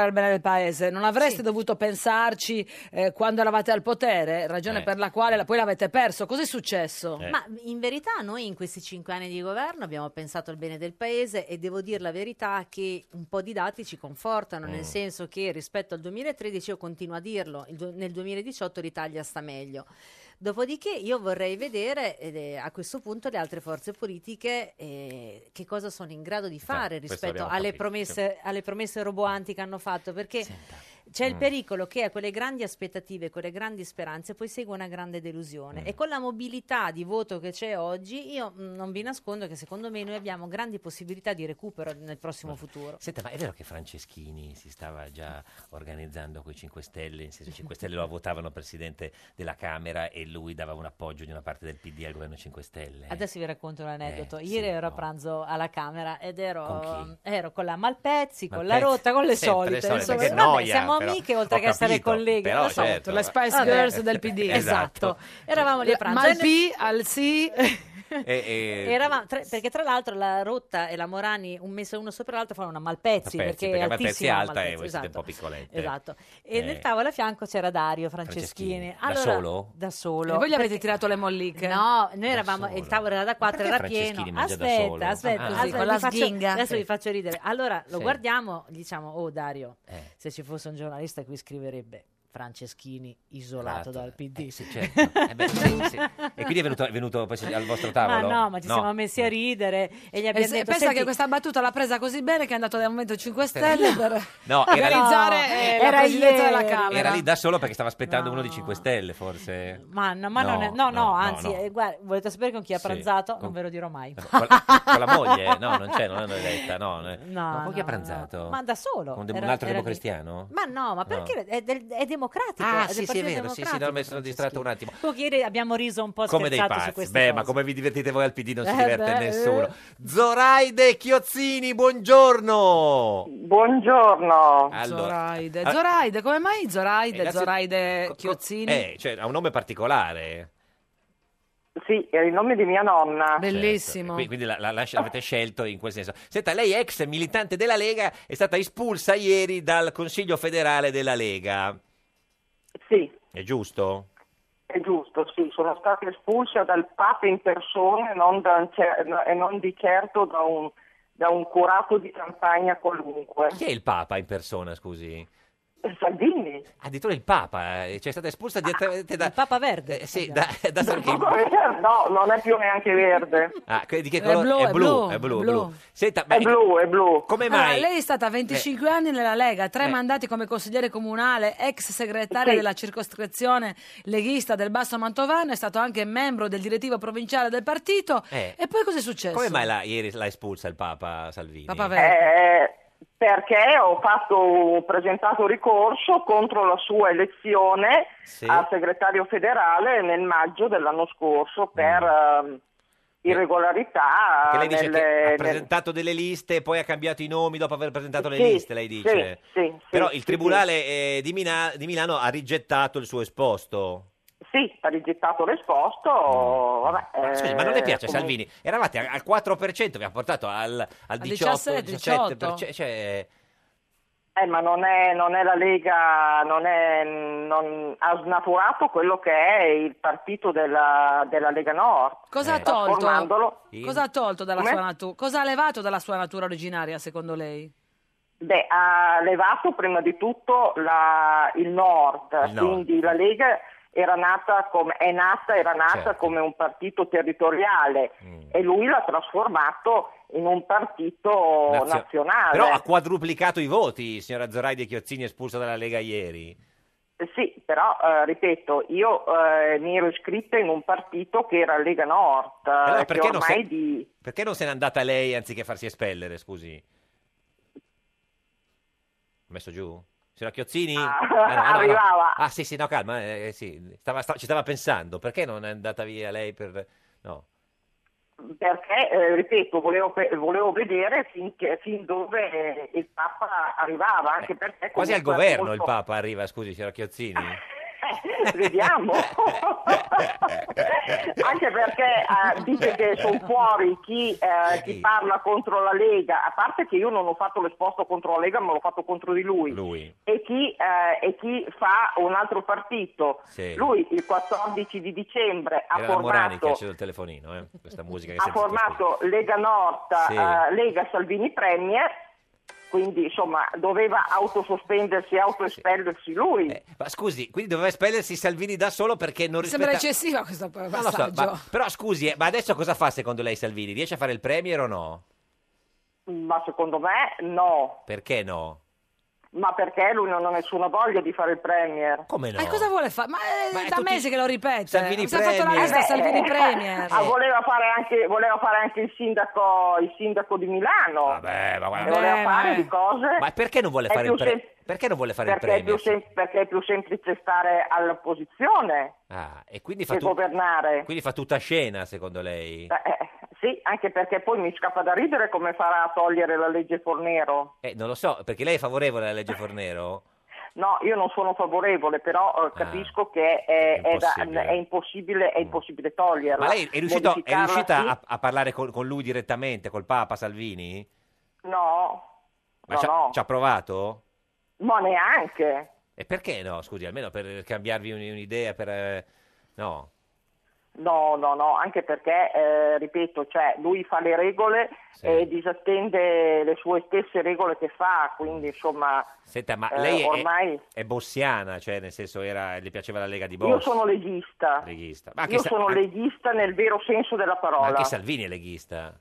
al bene del paese. Non avreste dovuto pensarci eh, quando eravate al potere, ragione Eh. per la quale la- poi l'avete perso. Cos'è successo? Ma in verità noi in questi cinque anni di governo abbiamo pensato al bene del paese e devo dire la verità che un po' di dati ci confortano, Mm. nel senso che rispetto al duemilatredici, io continuo a dirlo, il du- nel duemiladiciotto l'Italia sta meglio. Dopodiché io vorrei vedere eh, a questo punto le altre forze politiche eh, che cosa sono in grado di fare questo rispetto abbiamo alle capito, promesse, alle promesse roboanti che hanno fatto, perché c'è il Mm. pericolo che a quelle grandi aspettative, quelle grandi speranze poi segue una grande delusione Mm. e con la mobilità di voto che c'è oggi io mh, non vi nascondo che secondo me noi abbiamo grandi possibilità di recupero nel prossimo futuro. Senta, ma è vero che Franceschini si stava già organizzando con i cinque Stelle, in senso i cinque Stelle lo votavano presidente della Camera e lui dava un appoggio di una parte del P D al governo cinque Stelle? Adesso vi racconto un aneddoto. Eh, Ieri sì, ero a pranzo alla Camera ed ero Con ero con la Malpezzi, con Malpezzi. la Rotta, con le Sempre le solite. solite, insomma. che Vabbè, noia, siamo però. amiche oltre Ho che essere capito, colleghe. però, lo so. certo. Le Spice Vabbè. Girls del P D. Esatto. Eravamo lì a pranzo. Mal P al sì. E- e- Eravamo, tra- perché tra l'altro la Rotta e la Morani un messo uno sopra l'altro fanno una Malpezzi, Malpezzi, perché, perché è Malpezzi è altissima alta e Malpezzi, voi siete un esatto. po' piccolette. Esatto. E Eh. nel tavolo a fianco c'era Dario Franceschini. Franceschini. Da Allora- solo? Da solo. E voi gli avete Perché- tirato le molliche? No, noi eravamo, il tavolo era da quattro, Perché era pieno. Franceschini mangia da Aspetta, solo? aspetta, Ah. aspetta, Così, con vi la faccio- sghinga. adesso Eh. vi faccio ridere. Allora lo Sì. guardiamo, diciamo, oh Dario, Eh. se ci fosse un giornalista qui scriverebbe Franceschini isolato Esatto. dal P D. Eh, sì, certo. Eh beh, sì, sì. E quindi è venuto, è venuto poi al vostro tavolo? Ma no, ma ci siamo messi a ridere e gli E abbiamo se- detto pensa "Senti, che questa battuta l'ha presa così bene che è andato dal Movimento cinque Stelle per No, era lì- organizzare No, eh, la era presidenza della ieri. Camera. Era lì da solo perché stava aspettando uno di cinque Stelle, forse. Ma no, ma No, non è, no, no, no, no, anzi, no. eh, guarda, volete sapere con chi ha Sì. pranzato? Con- Non ve lo dirò mai. Con la, con la moglie? No, non c'è, non l'hanno eletta. No, no. No, Ma con chi ha no, pranzato? no. Ma da solo. Con de- Era- un altro era lì. democristiano? Ma no, ma perché è, del- è democratico. Ah, è del sì, sì, è Partito vero, sì, sì, Democratico, no, mi sono distratto un attimo. Comunque ieri abbiamo riso un po' Come dei scherzato su pazzi. queste Beh, cose. ma come vi divertite voi al P D non si Eh, diverte beh, nessuno. eh. Zoraide Chiozzini, buongiorno. Buongiorno. Allora, Zoraide, ah, Zoraide, come mai Zoraide, innanzi- Zoraide Chiozzini? Eh, cioè, ha un nome particolare. Sì, era il nome di mia nonna. Bellissimo. Qui- Quindi la, la- la- l'avete scelto in quel senso. Senta, lei ex militante della Lega, è stata espulsa ieri dal Consiglio federale della Lega. Sì, È giusto? è giusto, sì, sono stata espulsa dal Papa in persona e non, da un cer- e non di certo da un, da un curato di campagna qualunque. Chi è il Papa in persona, scusi? Salvini. Addirittura il Papa, eh, cioè è stata espulsa direttamente da... Il Papa Verde. Eh, sì, da, da Salvini. No, non è più neanche verde. Ah, que- di che È colore? blu, è è blu, blu, è blu, blu. blu. Senta, È ma- blu, è blu. come Allora, mai? lei è stata venticinque anni nella Lega, tre Eh. mandati come consigliere comunale, ex segretaria Sì. della circoscrizione leghista del Basso Mantovano, è stato anche membro del direttivo provinciale del partito. Eh. E poi cosa è successo? Come mai la- ieri l'ha espulsa il Papa Salvini? Papa Verde. Eh, perché ho fatto, ho presentato ricorso contro la sua elezione Sì. a segretario federale nel maggio dell'anno scorso per ehm, irregolarità Che lei dice nelle- che ha nel- presentato delle liste e poi ha cambiato i nomi dopo aver presentato le Sì, liste, lei dice. sì, sì, Però sì, il sì, Tribunale eh, di, Mina- di Milano ha rigettato il suo esposto. Sì, ha rigettato l'esposto. Vabbè, Ma, scusi, ma non le piace eh, Salvini? Eravate al al quattro per cento, vi ha portato al, al diciotto, diciassette, diciassette per cento. Cioè, Eh, ma non è, non è la Lega, non è, non, ha snaturato quello che è il partito della, della Lega Nord. Cosa ha Eh. tolto? Trasformandolo. Cosa ha tolto dalla Come? sua natura? Cosa ha levato dalla sua natura originaria, secondo lei? Beh, ha levato prima di tutto la- il Nord, Il Nord. quindi la Lega era nata come, è nata, era nata Certo. come un partito territoriale e lui l'ha trasformato in un partito nazio- nazionale. Però ha quadruplicato i voti, signora Zoraide Chiozzini, espulsa dalla Lega ieri. Eh, Sì, però eh, ripeto, io eh, mi ero iscritta in un partito che era Lega Nord, eh, Allora, che perché, non ormai se, di... perché non se n'è andata lei anziché farsi espellere, scusi? Ho messo giù? Signora Chiozzini? Ah, Ah, no, ah, no, no. arrivava. Ah, sì, sì, no, calma, eh, eh, sì. Stava- sta- ci stava pensando. Perché non è andata via lei per... No. Perché, eh, ripeto, volevo, pe- volevo vedere finché, fin dove il Papa arrivava, anche perché... Quasi al comunque è governo il molto- Papa arriva, scusi, signora Chiozzini. Vediamo. Anche perché eh, dice che sono fuori chi, eh, chi parla contro la Lega, a parte che io non ho fatto l'esposto contro la Lega, ma l'ho fatto contro di lui, lui. E, chi, eh, e chi fa un altro partito. Sì. Lui il quattordici di dicembre ha Era la Morani che ha formato, acceso il telefonino, eh? Questa musica che ha sentite qui. formato Lega Nord, Sì. eh, Lega Salvini Premier, quindi insomma doveva autosospendersi e autoespellersi lui. Eh, ma scusi, quindi doveva espellersi Salvini da solo perché non Mi rispetta... sembra eccessiva questo Non lo so, passaggio. ma- però scusi, eh, ma adesso cosa fa secondo lei Salvini? Riesce a fare il premier o no? Ma secondo me no, Perché no? ma perché lui non ha nessuna voglia di fare il Premier. Come no? Ma cosa vuole fare? Ma è Ma è da tutti- mesi che lo ripete. Salvini Si è fatto la Premier. lista Eh beh, Salvini eh, Premier. ah, voleva fare anche, voleva fare anche il sindaco, il sindaco di Milano. Vabbè, ma E guarda... voleva Eh, fare ma- di cose. Ma perché non vuole È fare più il premier? sem- Perché non vuole fare il perché, è più premier? sem- perché è più semplice stare all'opposizione Ah, e quindi fa, che tu- governare. quindi fa tutta scena secondo lei? Eh, eh, sì, anche perché poi mi scappa da ridere come farà a togliere la legge Fornero. Eh, non lo so, perché lei è favorevole alla legge Fornero? No, io non sono favorevole, però eh, capisco che è, è da- impossibile. è impossibile, è impossibile toglierla. Ma lei è, riuscito, è Modificarla, riuscita sì. a, a parlare con, con lui direttamente, col Papa Salvini? No, Ma no, ci ha, no, ci ha provato? ma neanche. E perché no? Scusi, almeno per cambiarvi un- un'idea, per... eh, No. No, no, no, anche perché, eh, ripeto, cioè, lui fa le regole Sì. e disattende le sue stesse regole che fa, quindi insomma, Senta, ma eh, lei è, ormai è bossiana, cioè nel senso era, le piaceva la Lega di Bossi? io sono leghista, Leghista. Ma anche, io Sa- sono anche- leghista nel vero senso della ma parola. anche Salvini è leghista.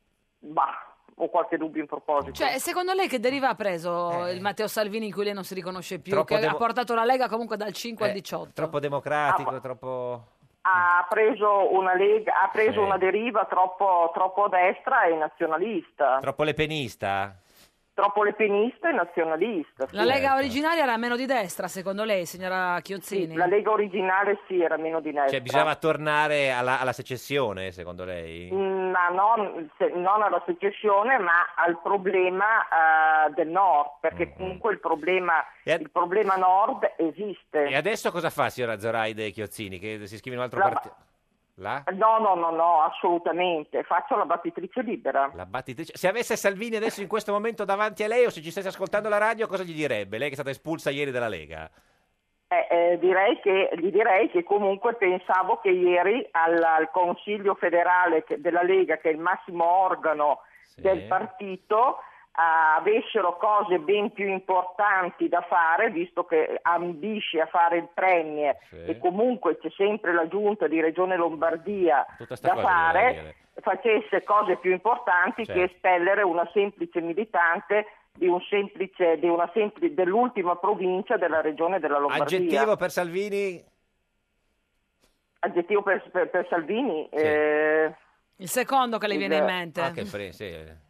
Bah, ho qualche dubbio in proposito. Cioè, secondo lei che deriva ha preso il Matteo Salvini in cui lei non si riconosce più, Eh. Troppo che demo- ha portato la Lega comunque dal cinque al Eh, diciotto? Troppo democratico, Ah, troppo... Ha preso una lega, ha preso Sì. una deriva troppo, troppo a destra e nazionalista, Troppo lepenista? troppo lepenista e nazionalista. La sì. Lega originaria era meno di destra, secondo lei, signora Chiozzini? Sì, la Lega originale sì, era meno di destra. Cioè bisognava tornare alla, alla secessione, secondo lei? Mm, Ma non, se- non alla secessione, ma al problema eh, del nord, perché comunque il problema, E a- il problema nord esiste. E adesso cosa fa, signora Zoraide Chiozzini, che si iscrive in un altro La- partito? La? No, no, no, no, assolutamente. Faccio la battitrice libera. La battitrice. Se avesse Salvini adesso in questo momento davanti a lei o se ci stesse ascoltando la radio, cosa gli direbbe? Lei che è stata espulsa ieri dalla Lega. Eh, eh, direi che, gli direi che comunque pensavo che ieri al, al Consiglio federale che- della Lega, che è il massimo organo del partito, eh, avessero cose ben più importanti da fare, visto che ambisce a fare il Premier e comunque c'è sempre la giunta di Regione Lombardia Tutta sta da cosa voleva fare, dire. facesse cose più importanti Certo. che espellere una semplice militante di un semplice, di una sempli- dell'ultima provincia della regione della Lombardia. Aggettivo per Salvini? Aggettivo per, per- per Salvini? eh, Il secondo che le viene in mente. Ah, che fre- sì.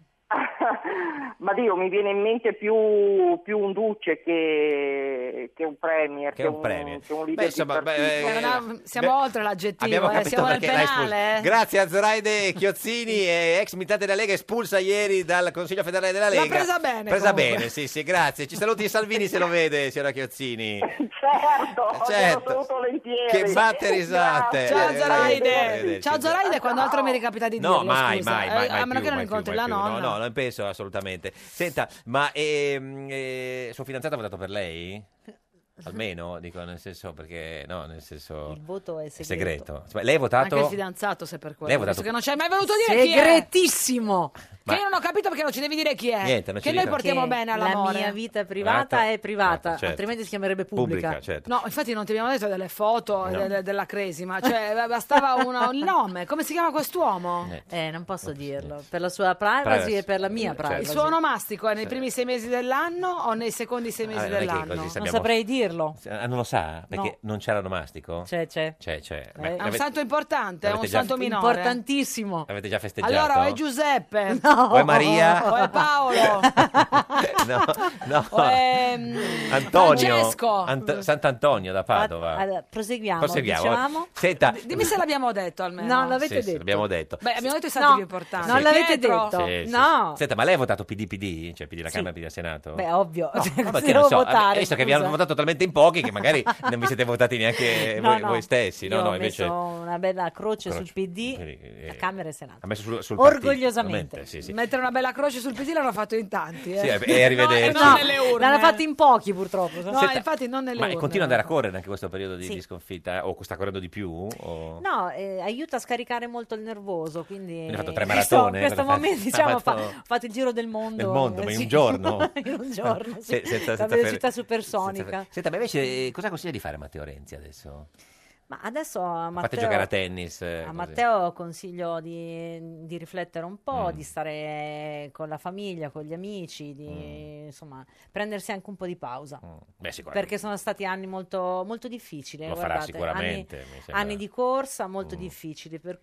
ma Dio, mi viene in mente più, più un duce che, che un premier, Che un premier. che un leader Beh, insomma, di partito. beh, Eh, no, siamo oltre l'aggettivo, Abbiamo eh, capito siamo nel perché l'ha espulsa. penale. eh. Grazie a Zoraide Chiozzini, eh, ex militante della Lega, espulsa ieri dal Consiglio federale della L'ha Lega. presa bene, Presa comunque. bene, sì, sì, grazie. Ci saluti Salvini se lo vede, signora Chiozzini. Certo, Certo. te lo saluto volentieri. Che batte risate. Ciao Eh, Zoraide. arrivederci. Ciao Zoraide, quando altro mi ricapita di No, dirlo, mai, scusa. mai, Eh, mai, a mai meno più, che non mai più, incontri mai la più. nonna. No, no, non penso assolutamente. Senta, ma ehm, eh, suo fidanzato ha votato per lei? Almeno, dico, nel senso, perché, no, nel senso... Il voto è È segreto. segreto. Cioè, lei ha votato... Anche il fidanzato, se per quello. Lei ha votato- Visto che non ci hai mai venuto a dire chi è. Segretissimo. Ma- Che io non ho capito perché non ci devi dire chi è. Niente, non ci che noi dica. portiamo Che bene la all'amore. mia vita privata Privata, è privata, certo. altrimenti si chiamerebbe pubblica. Pubblica, certo. No, infatti non ti abbiamo detto delle foto No. de- de- della Cresima, cioè bastava una- il nome. Come si chiama quest'uomo? Eh, non posso dirlo, per la sua privacy Privacy. e per la mia Certo. privacy. Il suo onomastico è nei primi sei mesi dell'anno o nei secondi sei mesi Ah, non è che dell'anno? così Non sappiamo- saprei dirlo. Ah, non lo sa? Perché No. non c'era nomastico? C'è, c'è. C'è, c'è. Eh, Ma È un l'avete- santo importante, è un l'avete già- santo minore. Importantissimo. L'avete già festeggiato? Allora o è Giuseppe No. O è Maria? o è Paolo. no, no. O, ehm, Antonio, Francesco. Ant- Sant'Antonio da Padova. Allora, proseguiamo, Proseguiamo. diciamo. Senta, D- Dimmi se l'abbiamo detto almeno. No, l'avete sì, sì, detto. l'abbiamo detto. Beh, abbiamo detto i stati No, più importanti. non l'avete Pietro. detto. Sì, sì, No. sì. Senta, ma lei ha votato P D P D? Cioè P D la Sì. Camera, P D al Senato? Beh, ovvio. No, Cioè, ma se perché non devo so, votare, visto che vi scusa. hanno votato talmente in pochi che magari non vi siete votati neanche No, voi, no. voi stessi. No, Io no, ho invece messo una bella croce, Croce. sul P D, Eh, la Camera e Senato. ha messo sul, sul Orgogliosamente. partito, sì, sì. Mettere una bella croce sul P D l'hanno fatto in tanti. Eh. Sì, e- e arrivederci. No, e non No, nelle urne. l'hanno fatto in pochi purtroppo. No, Senta, infatti non nelle Ma urne. continua ad andare a correre anche questo periodo di, Sì. di sconfitta? O sta correndo di più? O... No, eh, aiuta a scaricare molto il nervoso, quindi... Quindi ha fatto tre in questo- maratone, In questo cosa fa? momento, diciamo, Ha fa- fatto- ho fatto il giro del mondo. Del mondo, ma in sì. un giorno? in un giorno, sì. Se- senza- La senza velocità fer- supersonica. senza fer- Senta, ma invece eh, cosa consiglia di fare Matteo Renzi adesso? Ma adesso a A parte Matteo... giocare a tennis. eh, A così. Matteo consiglio di, di riflettere un po', Mm. di stare con la famiglia, con gli amici, di insomma prendersi anche un po' di pausa. Beh, sicuramente. Perché sono stati anni molto, molto difficili. Lo farà guardate, sicuramente, Anni, mi sembra. anni di corsa molto difficili, per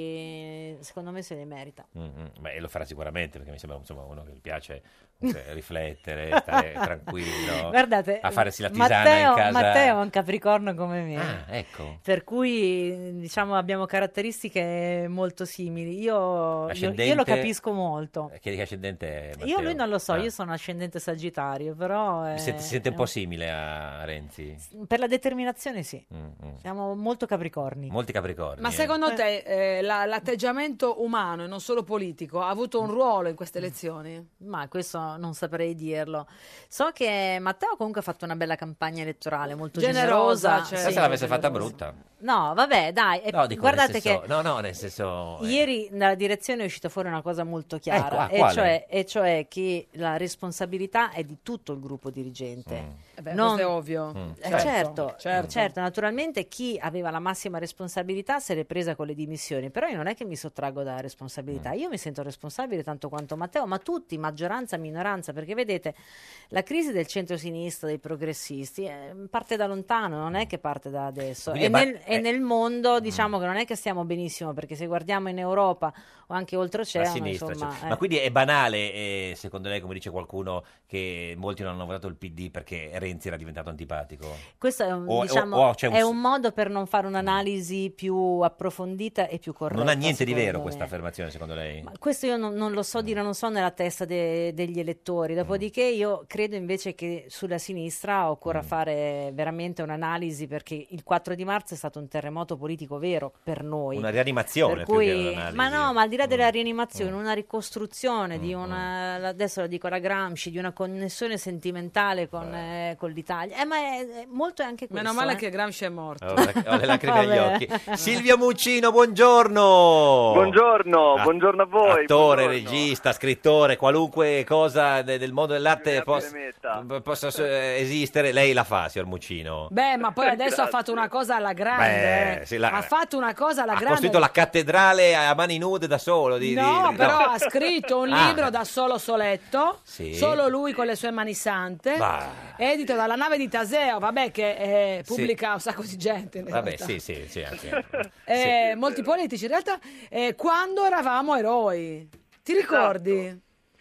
cui secondo me se ne merita. Mm, mm. Beh, lo farà sicuramente perché mi sembra insomma, uno che gli piace eh, riflettere, stare tranquillo, Guardate, a farsi la tisana Matteo, in casa. Matteo è un capricorno come me. Ah, ecco. Per cui diciamo abbiamo caratteristiche molto simili. Io, io, Ascendente- io lo capisco molto. Che che ascendente è Io Matteo? lui non lo so, Ah. io sono ascendente Sagittario, però eh, Si sente, si sente un po' simile a Renzi? per la determinazione sì. Mm, mm. Siamo molto capricorni. Molti capricorni. Ma eh. secondo te eh, la- l'atteggiamento umano e non solo politico ha avuto un ruolo in queste elezioni? Ma questo non saprei dirlo. So che Matteo comunque ha fatto una bella campagna elettorale, molto Generosa, generosa. cioè. Se Sì. l'avesse fatta brutta. No, vabbè, dai. e No, dico, guardate nel senso, che no, no, nel senso... eh, ieri dalla direzione è uscita fuori una cosa molto chiara, Ecco, ah, e, quale? cioè, e cioè che la responsabilità è di tutto il gruppo dirigente. Eh beh, Non- questo è ovvio. Mm. Eh, Certo, certo, certo. certo, naturalmente chi aveva la massima responsabilità se l'è presa con le dimissioni, però io non è che mi sottraggo dalla responsabilità, io mi sento responsabile tanto quanto Matteo, ma tutti, maggioranza, minoranza, perché vedete, la crisi del centro-sinistra, dei progressisti, eh, parte da lontano, non è che parte da adesso. Quindi E è ba- nel, e nel mondo diciamo che non è che stiamo benissimo, perché se guardiamo in Europa o anche a oltreoceano, sinistra, insomma... cioè. eh. Ma quindi è banale, eh, secondo lei, come dice qualcuno, che molti non hanno votato il P D perché Renzi era diventato antipatico? Questo è un, O- o- diciamo, o c'è un- è un modo per non fare un'analisi più approfondita e più corretta. Non ha niente di secondo vero me. questa affermazione, secondo lei? Ma questo io non, non lo so dire, non so nella testa de- degli elettori. Dopodiché io credo invece che sulla sinistra occorra fare veramente un'analisi, perché il quattro di marzo è stato un terremoto politico vero per noi. Una rianimazione Per più cui- che un'analisi. ma no, ma al di là della rianimazione, una ricostruzione di una, adesso lo dico alla Gramsci, di una connessione sentimentale con, eh, con l'Italia. Eh, ma è, è- molto è anche questo. Meno male eh. che Gramsci è morto. Ho, la- ho le lacrime agli Vabbè. occhi. Silvio Muccino, buongiorno. Buongiorno, Ah, buongiorno a voi. Attore, buongiorno. regista, scrittore, qualunque cosa de- del mondo dell'arte Io possa, permetta. possa eh, esistere, lei la fa, signor Muccino. Beh, ma poi adesso ha Grazie. fatto una cosa alla grande. Beh, eh. sì, la- Ha fatto una cosa alla Ha grande. costruito la cattedrale a mani nude da solo. Di, No, di- però ha scritto un Ah. libro da solo soletto, Sì. solo lui con le sue mani sante, Bah. edito dalla nave di Taseo, vabbè che eh, Sì. pubblica un sacco di gente. in Vabbè, realtà. sì, sì, sì, anche. Eh, molti politici, in realtà, eh, quando eravamo eroi, ti ricordi?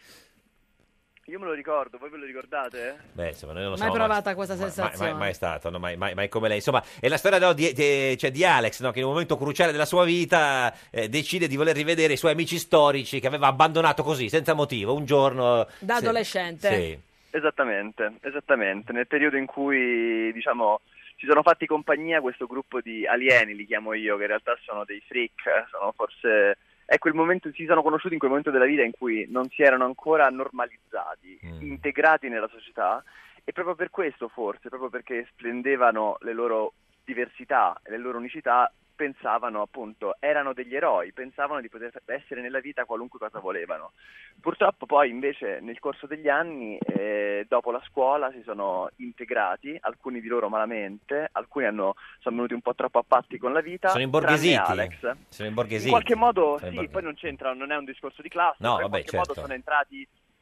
Io me lo ricordo, voi ve lo ricordate? Beh, insomma, noi non lo Mai so, provata ma- questa ma- sensazione? Mai, mai stato, no, mai, mai- mai come lei. Insomma, è la storia no, di, di- cioè, di Alex, no, che in un momento cruciale della sua vita eh, decide di voler rivedere i suoi amici storici che aveva abbandonato così, senza motivo, un giorno. Da sì, adolescente? Sì. Esattamente, esattamente. Nel periodo in cui, diciamo, ci sono fatti compagnia questo gruppo di alieni, li chiamo io, che in realtà sono dei freak, eh, sono forse... È quel momento, si sono conosciuti in quel momento della vita in cui non si erano ancora normalizzati, integrati nella società, e proprio per questo forse, proprio perché splendevano le loro diversità e le loro unicità, pensavano appunto, erano degli eroi, pensavano di poter essere nella vita qualunque cosa volevano. Purtroppo poi invece nel corso degli anni, eh, dopo la scuola, si sono integrati, alcuni di loro malamente, alcuni hanno, sono venuti un po' troppo a patti con la vita, Sono imborghesiti. tranne Alex. Sono imborghesiti. In qualche modo Sono sì, imborghesiti. poi non c'entra, non è un discorso di classe, No, però in vabbè, qualche modo certo. sono entrati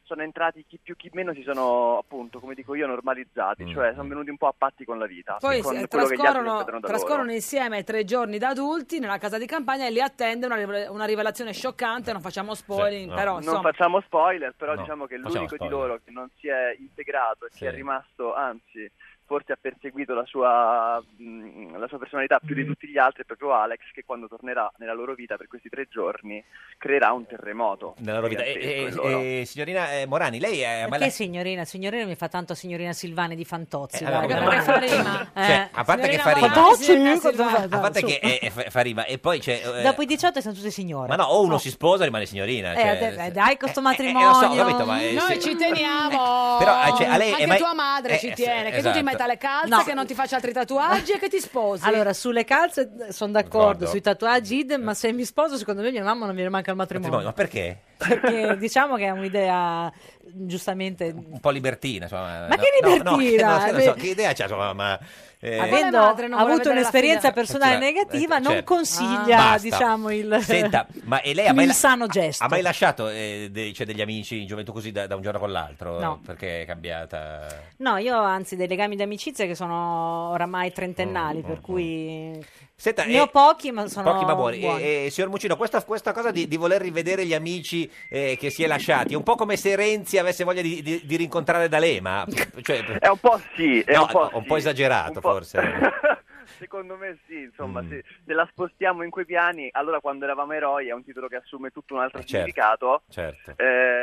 sono entrati chi più chi meno, si sono appunto, come dico io, normalizzati, cioè sono venuti un po' a patti con la vita. Poi con si- quello che gli altri trascorrono, aspettano da trascorrono loro. insieme tre giorni da adulti nella casa di campagna e li attende una, rive- una rivelazione scioccante, non facciamo spoiling, no. però Non insomma... facciamo spoiler, però No, diciamo che facciamo l'unico di spoiler. loro che non si è integrato e Sì. che è rimasto, anzi, forse ha perseguito la sua, mh, la sua personalità più di tutti gli altri è proprio Alex, che quando tornerà nella loro vita per questi tre giorni creerà un terremoto. Nella loro vita. E, gigantesco e- in loro. e, signorina eh, Morani, lei è mai Perché la- signorina? Signorina mi fa tanto signorina Silvani di Fantozzi. Eh, allora, dai, perché dai. fa rima. Eh. Cioè, a parte che Signorina fa rima. Fantozzi, Signorina cosa Silvani. fa? A parte Su. che è- è- fa fa rima e poi c'è eh, Dopo i diciotto siamo tutte signore. ma no, o uno Oh. si sposa o rimane signorina. Eh, cioè, dai, dai, questo eh, lo matrimonio. so, ho capito, ma, eh, Noi sì. ci teniamo, Però, eh, cioè, a lei è anche mai- tua madre eh, ci eh, tiene, che tu esatto. ti metta le calze, No. che non ti faccia altri tatuaggi e che ti sposi. Allora, sulle calze sono d'accordo, D'accordo. sui tatuaggi idem, ma se mi sposo, secondo me mia mamma non mi manca il matrimonio. Matrimonio, ma perché? Perché diciamo che è un'idea giustamente... Un po' libertina, insomma. Ma che no, no, libertina? no, non so, che idea c'ha, insomma, ma... eh, Avendo madre non vuole avuto vedere la un'esperienza figlia? personale Eh, negativa, eh, non certo. consiglia, Basta. diciamo, il, Senta, ma e lei ha mai, il la- sano gesto. ha mai lasciato eh, dei- cioè, degli amici in gioventù così da, da un giorno con l'altro? No. Perché è cambiata... No, io ho anzi dei legami di amicizia che sono oramai trentennali, Mm, per cui Senta, ne ho eh, pochi, ma sono Pochi ma buoni. buoni. E, e, signor Muccino, questa, questa cosa di, di voler rivedere gli amici eh, che si è lasciati, è un po' come se Renzi avesse voglia di, di- di rincontrare D'Alema. Cioè, È un po' sì, è no, un po', un sì. po' esagerato Un po'. forse. Secondo me sì, insomma, Mm. se, se la spostiamo in quei piani, allora quando eravamo eroi è un titolo che assume tutto un altro Eh, certo, significato. certo.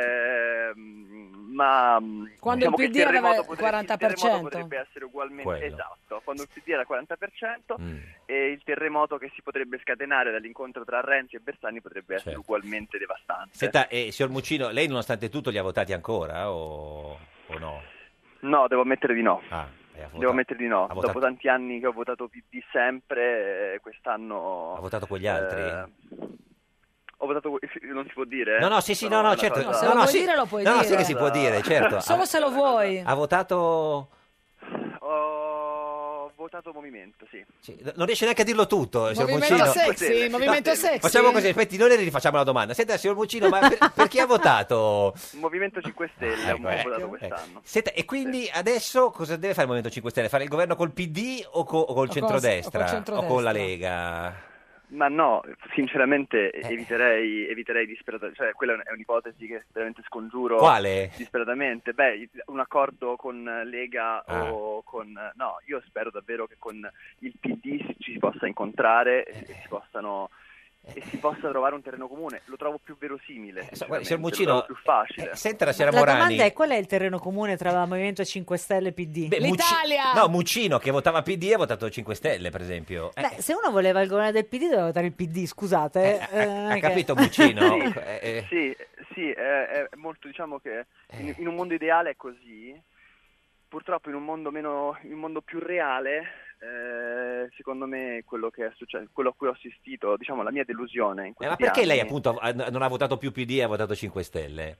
Ehm, ma Quando diciamo il che P D aveva terremoto il potrebbe- quaranta per il terremoto cento. potrebbe essere ugualmente Quello. esatto, quando il P D era al quaranta per cento Mm. e il terremoto che si potrebbe scatenare dall'incontro tra Renzi e Bersani potrebbe essere Certo. ugualmente devastante. Senta, eh, signor Muccino, lei nonostante tutto li ha votati ancora o, o no? No, devo ammettere di no. Ah, eh, ha votato- Devo ammettere di no. ha votato- Dopo tanti anni che ho votato P D sempre, eh, quest'anno... Ha votato quegli altri? eh, ho votato... Non si può dire? No, no, sì, sì, Però no, no, è una certo. cosa- Se no, lo no, vuoi sì. dire, lo puoi No, no, dire. sì che si può dire, certo. Solo ha, se lo vuoi. ha votato... Ho votato Movimento, sì. sì, non riesce neanche a dirlo tutto, signor Movimento Muccino. sexy, movimento sexy. Facciamo così, aspetti, noi le rifacciamo la domanda. Senta, signor Muccino, ma per, per chi ha votato? Movimento cinque Stelle, Ecco, ho ecco, votato ecco. quest'anno. Senta, e quindi adesso cosa deve fare il Movimento cinque Stelle? Fare il governo col P D o, co- o col col- centrodestra? o col O, centrodestra. con la Lega? Ma no, sinceramente Eh. eviterei, eviterei disperatamente, cioè quella è un'ipotesi che veramente scongiuro. Quale? Disperatamente. Beh, un accordo con Lega Ah. o con... No, io spero davvero che con il P D ci si possa incontrare e, e si possano... e si possa trovare un terreno comune. Lo trovo più verosimile, Eh, guardi, sinceramente, signor lo Muccino, trovo più facile. eh, senta la signora La Morani. domanda è: qual è il terreno comune tra Movimento cinque Stelle e P D? Beh, Mucci- No, Muccino che votava P D ha votato cinque Stelle, per esempio. Eh, Beh, se uno voleva il governo del P D doveva votare il P D, scusate. eh, ha non è che- capito Muccino? Sì, Eh, eh. sì, sì, è, è molto, diciamo che in, in un mondo ideale è così, purtroppo in un mondo meno, in un mondo più reale, eh, secondo me quello che è successo, quello a cui ho assistito, diciamo la mia delusione in Eh, questi ma perché lei anni- appunto ha- non ha votato più P D e ha votato cinque Stelle?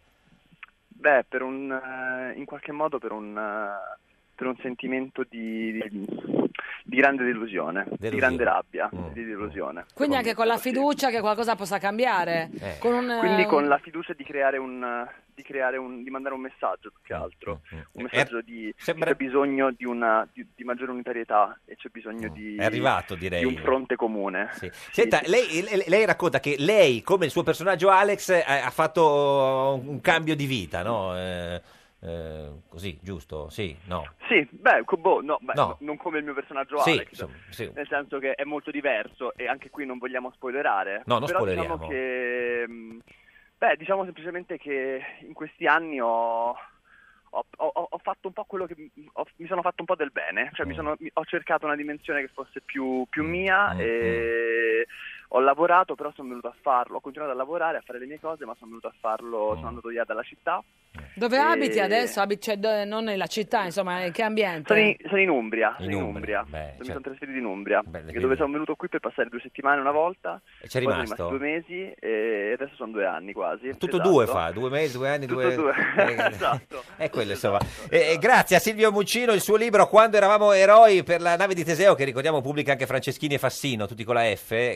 Beh, per un, eh, in qualche modo per un, eh, per un sentimento di, di, di grande delusione, di grande rabbia, Mm. di delusione. Quindi anche con la fiducia che qualcosa possa cambiare. Eh. Con un, Quindi eh, con la fiducia di creare un di creare un di mandare un messaggio più che altro, un messaggio di Mm, sembra- c'è bisogno di una di, di maggiore unitarietà e c'è bisogno di Mm. È arrivato, direi. di un fronte comune. Sì. Senta, lei, lei- lei racconta che lei, come il suo personaggio Alex, eh, ha fatto un cambio di vita, no? Eh, eh, così, giusto? Sì, no? Sì, beh, co- boh, no, beh, No. no, non come il mio personaggio Sì, Alex, insomma, sì. nel senso che è molto diverso e anche qui non vogliamo spoilerare. No, non però spoileriamo. diciamo che, mh, beh, diciamo semplicemente che in questi anni ho, ho, ho- ho fatto un po' quello che ho- mi sono fatto un po' del bene, cioè Mm. mi sono, mi- ho cercato una dimensione che fosse più, più mia e ho lavorato, però sono venuto a farlo, ho continuato a lavorare, a fare le mie cose, ma sono venuto a farlo, sono andato via dalla città. Dove E- abiti adesso? Abiti, cioè, do- non nella città, insomma, in che ambiente? Sono in, sono in Umbria, In sono in Umbria, Umbria. beh, mi certo. sono trasferito in Umbria, quindi- dove sono venuto qui per passare due settimane una volta, E c'è poi rimasto? sono rimasti due mesi e adesso sono due anni quasi. Tutto esatto. due fa, due mesi, due anni, Tutto due... due, Eh, esatto. È quello, insomma. Eh, grazie a Silvio Muccino, il suo libro Quando eravamo eroi per la nave di Teseo, che ricordiamo pubblica anche Franceschini e Fassino, tutti con la F, eh, credo.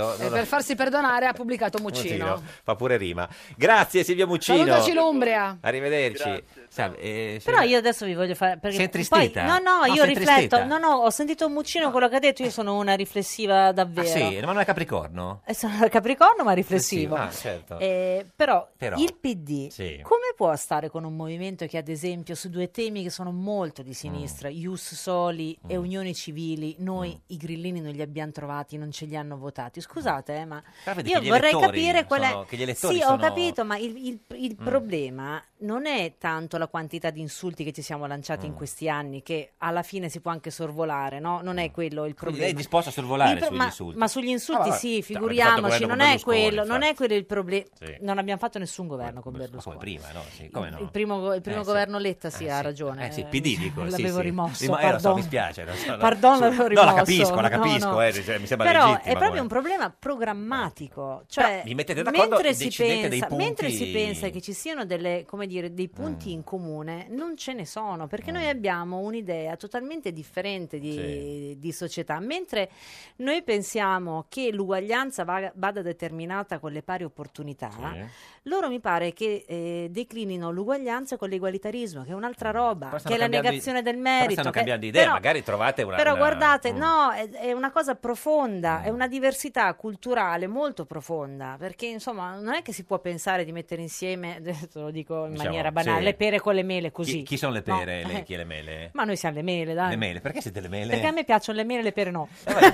lo- E non lo- per farsi perdonare ha pubblicato Muccino. Muccino. Fa pure rima. Grazie Silvia Muccino. Salutaci l'Umbria. Arrivederci. Sa- eh, Però io adesso vi voglio fare. Perché Sei poi, intristita? no, no, No, io sei rifletto. intristita? No, no, ho sentito Muccino quello che ha detto. Io sono una riflessiva davvero. Ah, sì, ma non è Capricorno? Eh, sono Capricorno, ma riflessivo. Ah, certo. Eh, però, Però, il P D sì. come può stare con un movimento che, ad esempio, su due temi che sono molto di sinistra, Mm. Ius Soli e unioni civili, noi i grillini non li abbiamo trovati, non ce li hanno votati? Scusate, eh, ma Però vedi io che gli vorrei elettori capire qual è. sono- che gli elettori Sì, ho sono- capito, ma il, il- il Mm. problema non è tanto la quantità di insulti che ci siamo lanciati Mm. in questi anni, che alla fine si può anche sorvolare, no? Non è quello il Quindi problema. lei è disposta a sorvolare Il pro- sugli ma, insulti? ma sugli insulti Ah, vabbè. sì, No, avete fatto figuriamoci, governo non con è Berlusconi, quello, non infatti. è quello il problema. Sì. Non abbiamo fatto nessun governo con Berlusconi. Come prima, no? Sì, come no? Il primo, il primo Eh, sì. governo Letta sì, Eh, ha sì. ragione. Eh sì, P D dico, sì, L'avevo sì. rimosso, Rimo- eh, lo so, pardon. mi spiace, lo so, no. Pardon, Su- l'avevo no, rimosso. la capisco, la No, capisco, no. eh, cioè, mi sembra Però legittima è proprio come- un problema programmatico. Cioè, vi mettete d'accordo mentre, si decidete dei pensa, punti- mentre si pensa che ci siano delle, come dire, dei punti Mm. in comune, non ce ne sono, perché noi abbiamo un'idea totalmente differente di, Sì. di società. Mentre noi pensiamo che l'uguaglianza va- vada determinata con le pari opportunità, loro mi pare che eh, declinino l'uguaglianza con l'egualitarismo, che è un'altra roba, Però che stanno è la cambiando i- negazione del però merito. stanno che- cambiando idea, però- magari trovate una... però una- guardate, Mm. no, è, è una cosa profonda, è una diversità culturale molto profonda, perché insomma non è che si può pensare di mettere insieme, adesso lo dico in Diciamo, maniera banale, sì. le pere con le mele così. Chi, chi sono le No. pere, lei, Eh, chi è le mele? Ma noi siamo le mele, dai. Le mele, perché siete le mele? Perché a me piacciono le mele e le pere no.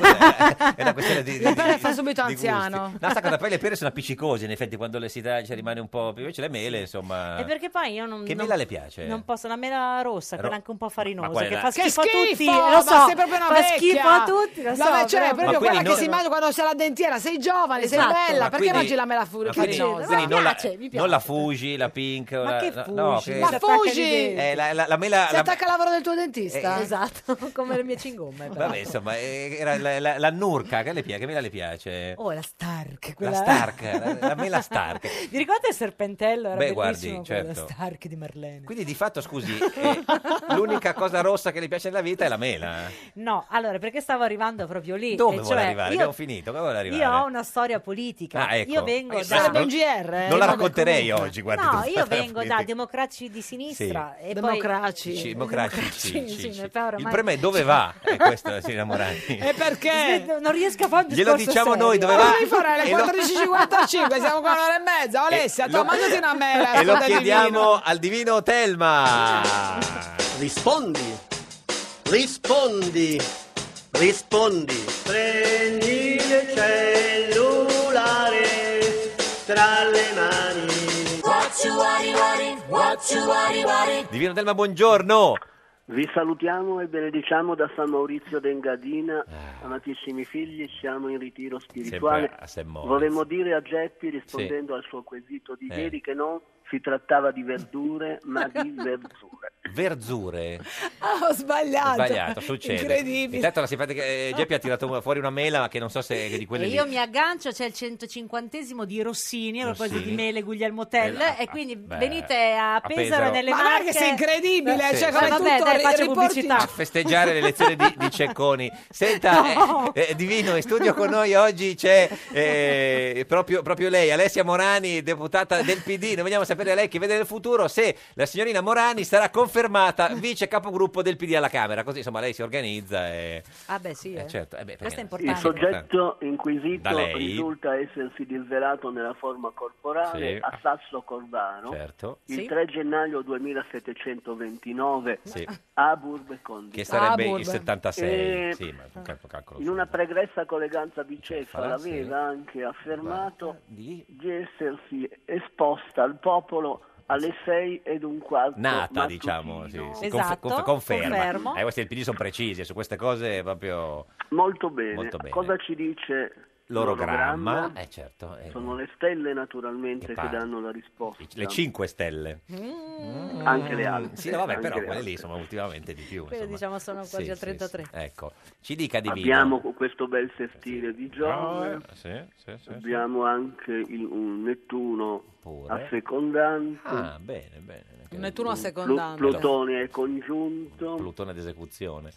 È una questione di, di, Le pere di- fa subito di gusti. anziano. No, sta cosa, poi le pere sono appiccicose, in effetti quando le si taglia rimane un po' più, invece le mele, insomma... E perché poi io non... Che non- mela le piace? Non posso, la mela rossa, Ro- quella anche un po' Ma farinosa, qual è che la- fa Che schifo a tutti, schifo, lo ma so, sei proprio una fa vecchia. schifo a tutti, lo La- so. cioè, però- proprio Ma quella quindi che non- si mangia quando c'è la dentiera, sei giovane, Esatto. sei bella, Ma perché quindi- mangi la mela fu- ma quindi- farinosa? quindi non, piace, la, mi piace. non la Fuji, la Pink... o Ma la, che la- Fuji? no, che- Ma Si attacca Fuji! di dentro. eh, la, la, la mela... Si la- attacca al lavoro del tuo dentista? Eh, Esatto, come le mie cingomme. però. Vabbè, insomma, eh, era la, la, la Nurka, che le piace? Che mela le piace? Oh, la Stark, La quella... Stark, la, la mela Stark. Vi ricordate il serpentello? Era Beh, bellissimo, guardi, quello, certo. Stark di Marlene. Quindi di fatto, scusi, eh, l'unica cosa rossa che le piace nella vita è la mela. No, allora, perché stavo arrivando proprio lì? Dove e vuole cioè, arrivare? io, Abbiamo finito, dove vuole arrivare? io ho una storia politica. Ah, ecco. Io vengo Ma da... Sarebbe un G R? eh? Non la Vabbè, racconterei comunque. oggi, guardi. No, tutta io la vengo da politica. democratici di sinistra. E Democraci. Poi... Sì, democratici, Sì, sì, sì, sì. però ormai- Il problema è dove va, è questo, la signora Morani. E perché? Smetto- Non riesco a fare un Glielo discorso diciamo serio. noi dove Ma va. devi fare alle e lo- quattordici e cinquantacinque, siamo qua un'ora e mezza. Oh, Alessia, E tu lo- mangiati una mela. E lo ascolta il chiediamo divino. al divino Telma. Rispondi, rispondi, rispondi. Prendi il cellulare tra le mani. Divino Telma, buongiorno. Vi salutiamo e benediciamo da San Maurizio d'Engadina. Amatissimi figli, siamo in ritiro spirituale. Sempre a San Maurizio. Vorremmo dire a Geppi, rispondendo al suo quesito di Eh. ieri, che non si trattava di verdure, ma di verzure. Verzure. Ah, ho sbagliato. Sbagliato, succede. Incredibile. Intanto la simpatica eh, Geppi ha tirato fuori una mela, ma che non so se è di quelle E lì. io mi aggancio, c'è il centocinquantesimo di Rossini, a proposito Rossini. di Mele Guglielmo Tell, Eh, e quindi beh, venite a a Pesaro, Pesaro. nelle Ma Marche. guarda che sei incredibile, Sì. cioè Sì. come Vabbè, tutto dai, ri- faccio riporti- pubblicità. A festeggiare le elezioni di, di Cecconi. Senta, eh, eh, Divino, in studio con noi oggi c'è eh, proprio, proprio lei, Alessia Morani, deputata del P D. Noi vogliamo sapere lei che vede nel futuro se la signorina Morani sarà confermata vice capogruppo del P D alla Camera. Così insomma lei si organizza e... Ah beh sì, Eh, eh. certo, eh beh, Questo è perché- Il importante. soggetto inquisito Da lei? risulta essersi disvelato nella forma corporale Sì. a Sasso Corvano Certo. il Sì. tre gennaio duemilasettecentoventinove Sì. a Burbe Condita. Che sarebbe Ah, il Burbe. settantasei. Eh, Sì, ma un calcolo, calcolo In una su. pregressa colleganza bicefala Sì. aveva anche affermato Di? di essersi esposta al popolo alle sei ed un quarto Nata, mattutino. diciamo, sì, sì. Esatto, Conf- conf- conferma. confermo. Eh, questi del P D sono precisi, su queste cose proprio Molto bene. molto bene. Cosa ci dice L'orogramma, l'orogramma? eh certo, eh, Sono le stelle naturalmente Che che, pare. danno la risposta. le cinque stelle. Anche le altre. Sì, no, vabbè, anche però le quelle lì altre. sono ultimamente di più. Quelle, insomma. diciamo, sono quasi Sì, al sì, trentatré. sì. Ecco, ci dica Divino. Abbiamo questo bel sestile di Giove, Ah, sì, sì, sì, sì. abbiamo anche il- un Nettuno Pure. assecondante, Ah, bene, bene. Nettuno a Plu- secondante. Plutone è congiunto, Plutone d'esecuzione.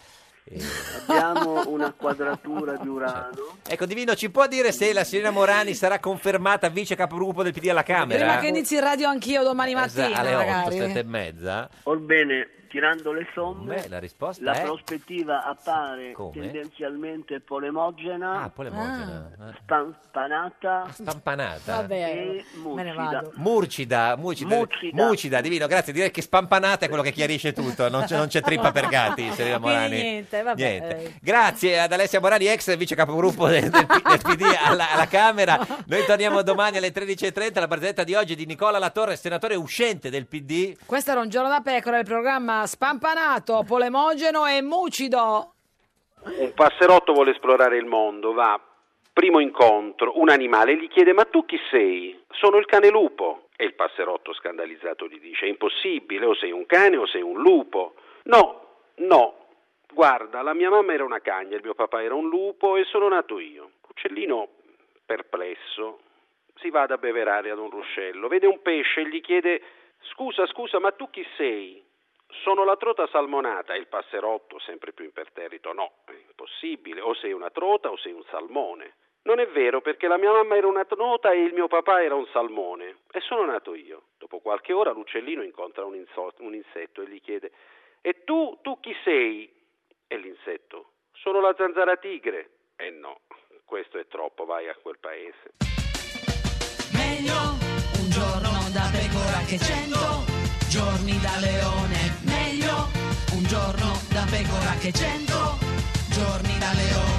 Abbiamo una quadratura di Urano. Ecco, Divino, ci può dire se la signorina Morani sarà confermata vice capogruppo del P D alla Camera? Prima che inizi il radio anch'io domani mattina, Esatto, alle otto, magari. sette e mezza. Orbene, tirando le somme, Beh, la risposta la è... prospettiva appare Come? tendenzialmente polemogena, Ah, polemogena. Ah. spampanata, Spampanata. Vabbè, e me ne mucida. vado. Murcida, mucida, Mucida. mucida, Divino, grazie. Direi che spampanata è quello che chiarisce tutto, non c'è, non c'è trippa per gatti, signorina Morani. Quindi niente, vabbè. Niente. Grazie ad Alessia Morani, ex vice capogruppo del, del, del P D alla, alla Camera. Noi torniamo domani alle tredici e trenta. La barzelletta di oggi è di Nicola Latorre, senatore uscente del P D. Questo era Un giorno da pecora, il programma spampanato, polemogeno e mucido. Un passerotto vuole esplorare il mondo, va, primo incontro, un animale gli chiede: ma tu chi sei? Sono il cane lupo. E il passerotto scandalizzato gli dice: è impossibile, o sei un cane o sei un lupo. No, no, guarda, la mia mamma era una cagna, il mio papà era un lupo e sono nato io. Uccellino, perplesso, si va ad abbeverare ad un ruscello, vede un pesce e gli chiede: scusa, scusa, ma tu chi sei? Sono la trota salmonata. E il passerotto, sempre più imperterrito: no, è impossibile, o sei una trota o sei un salmone. Non è vero, perché la mia mamma era una trota e il mio papà era un salmone e sono nato io. Dopo qualche ora l'uccellino incontra un, inso- un insetto e gli chiede: e tu, tu chi sei? E l'insetto: sono la zanzara tigre. E no, questo è troppo, vai a quel paese. Meglio un giorno da pecora che cento giorni da leone. Meglio un giorno da pecora che cento giorni da leone.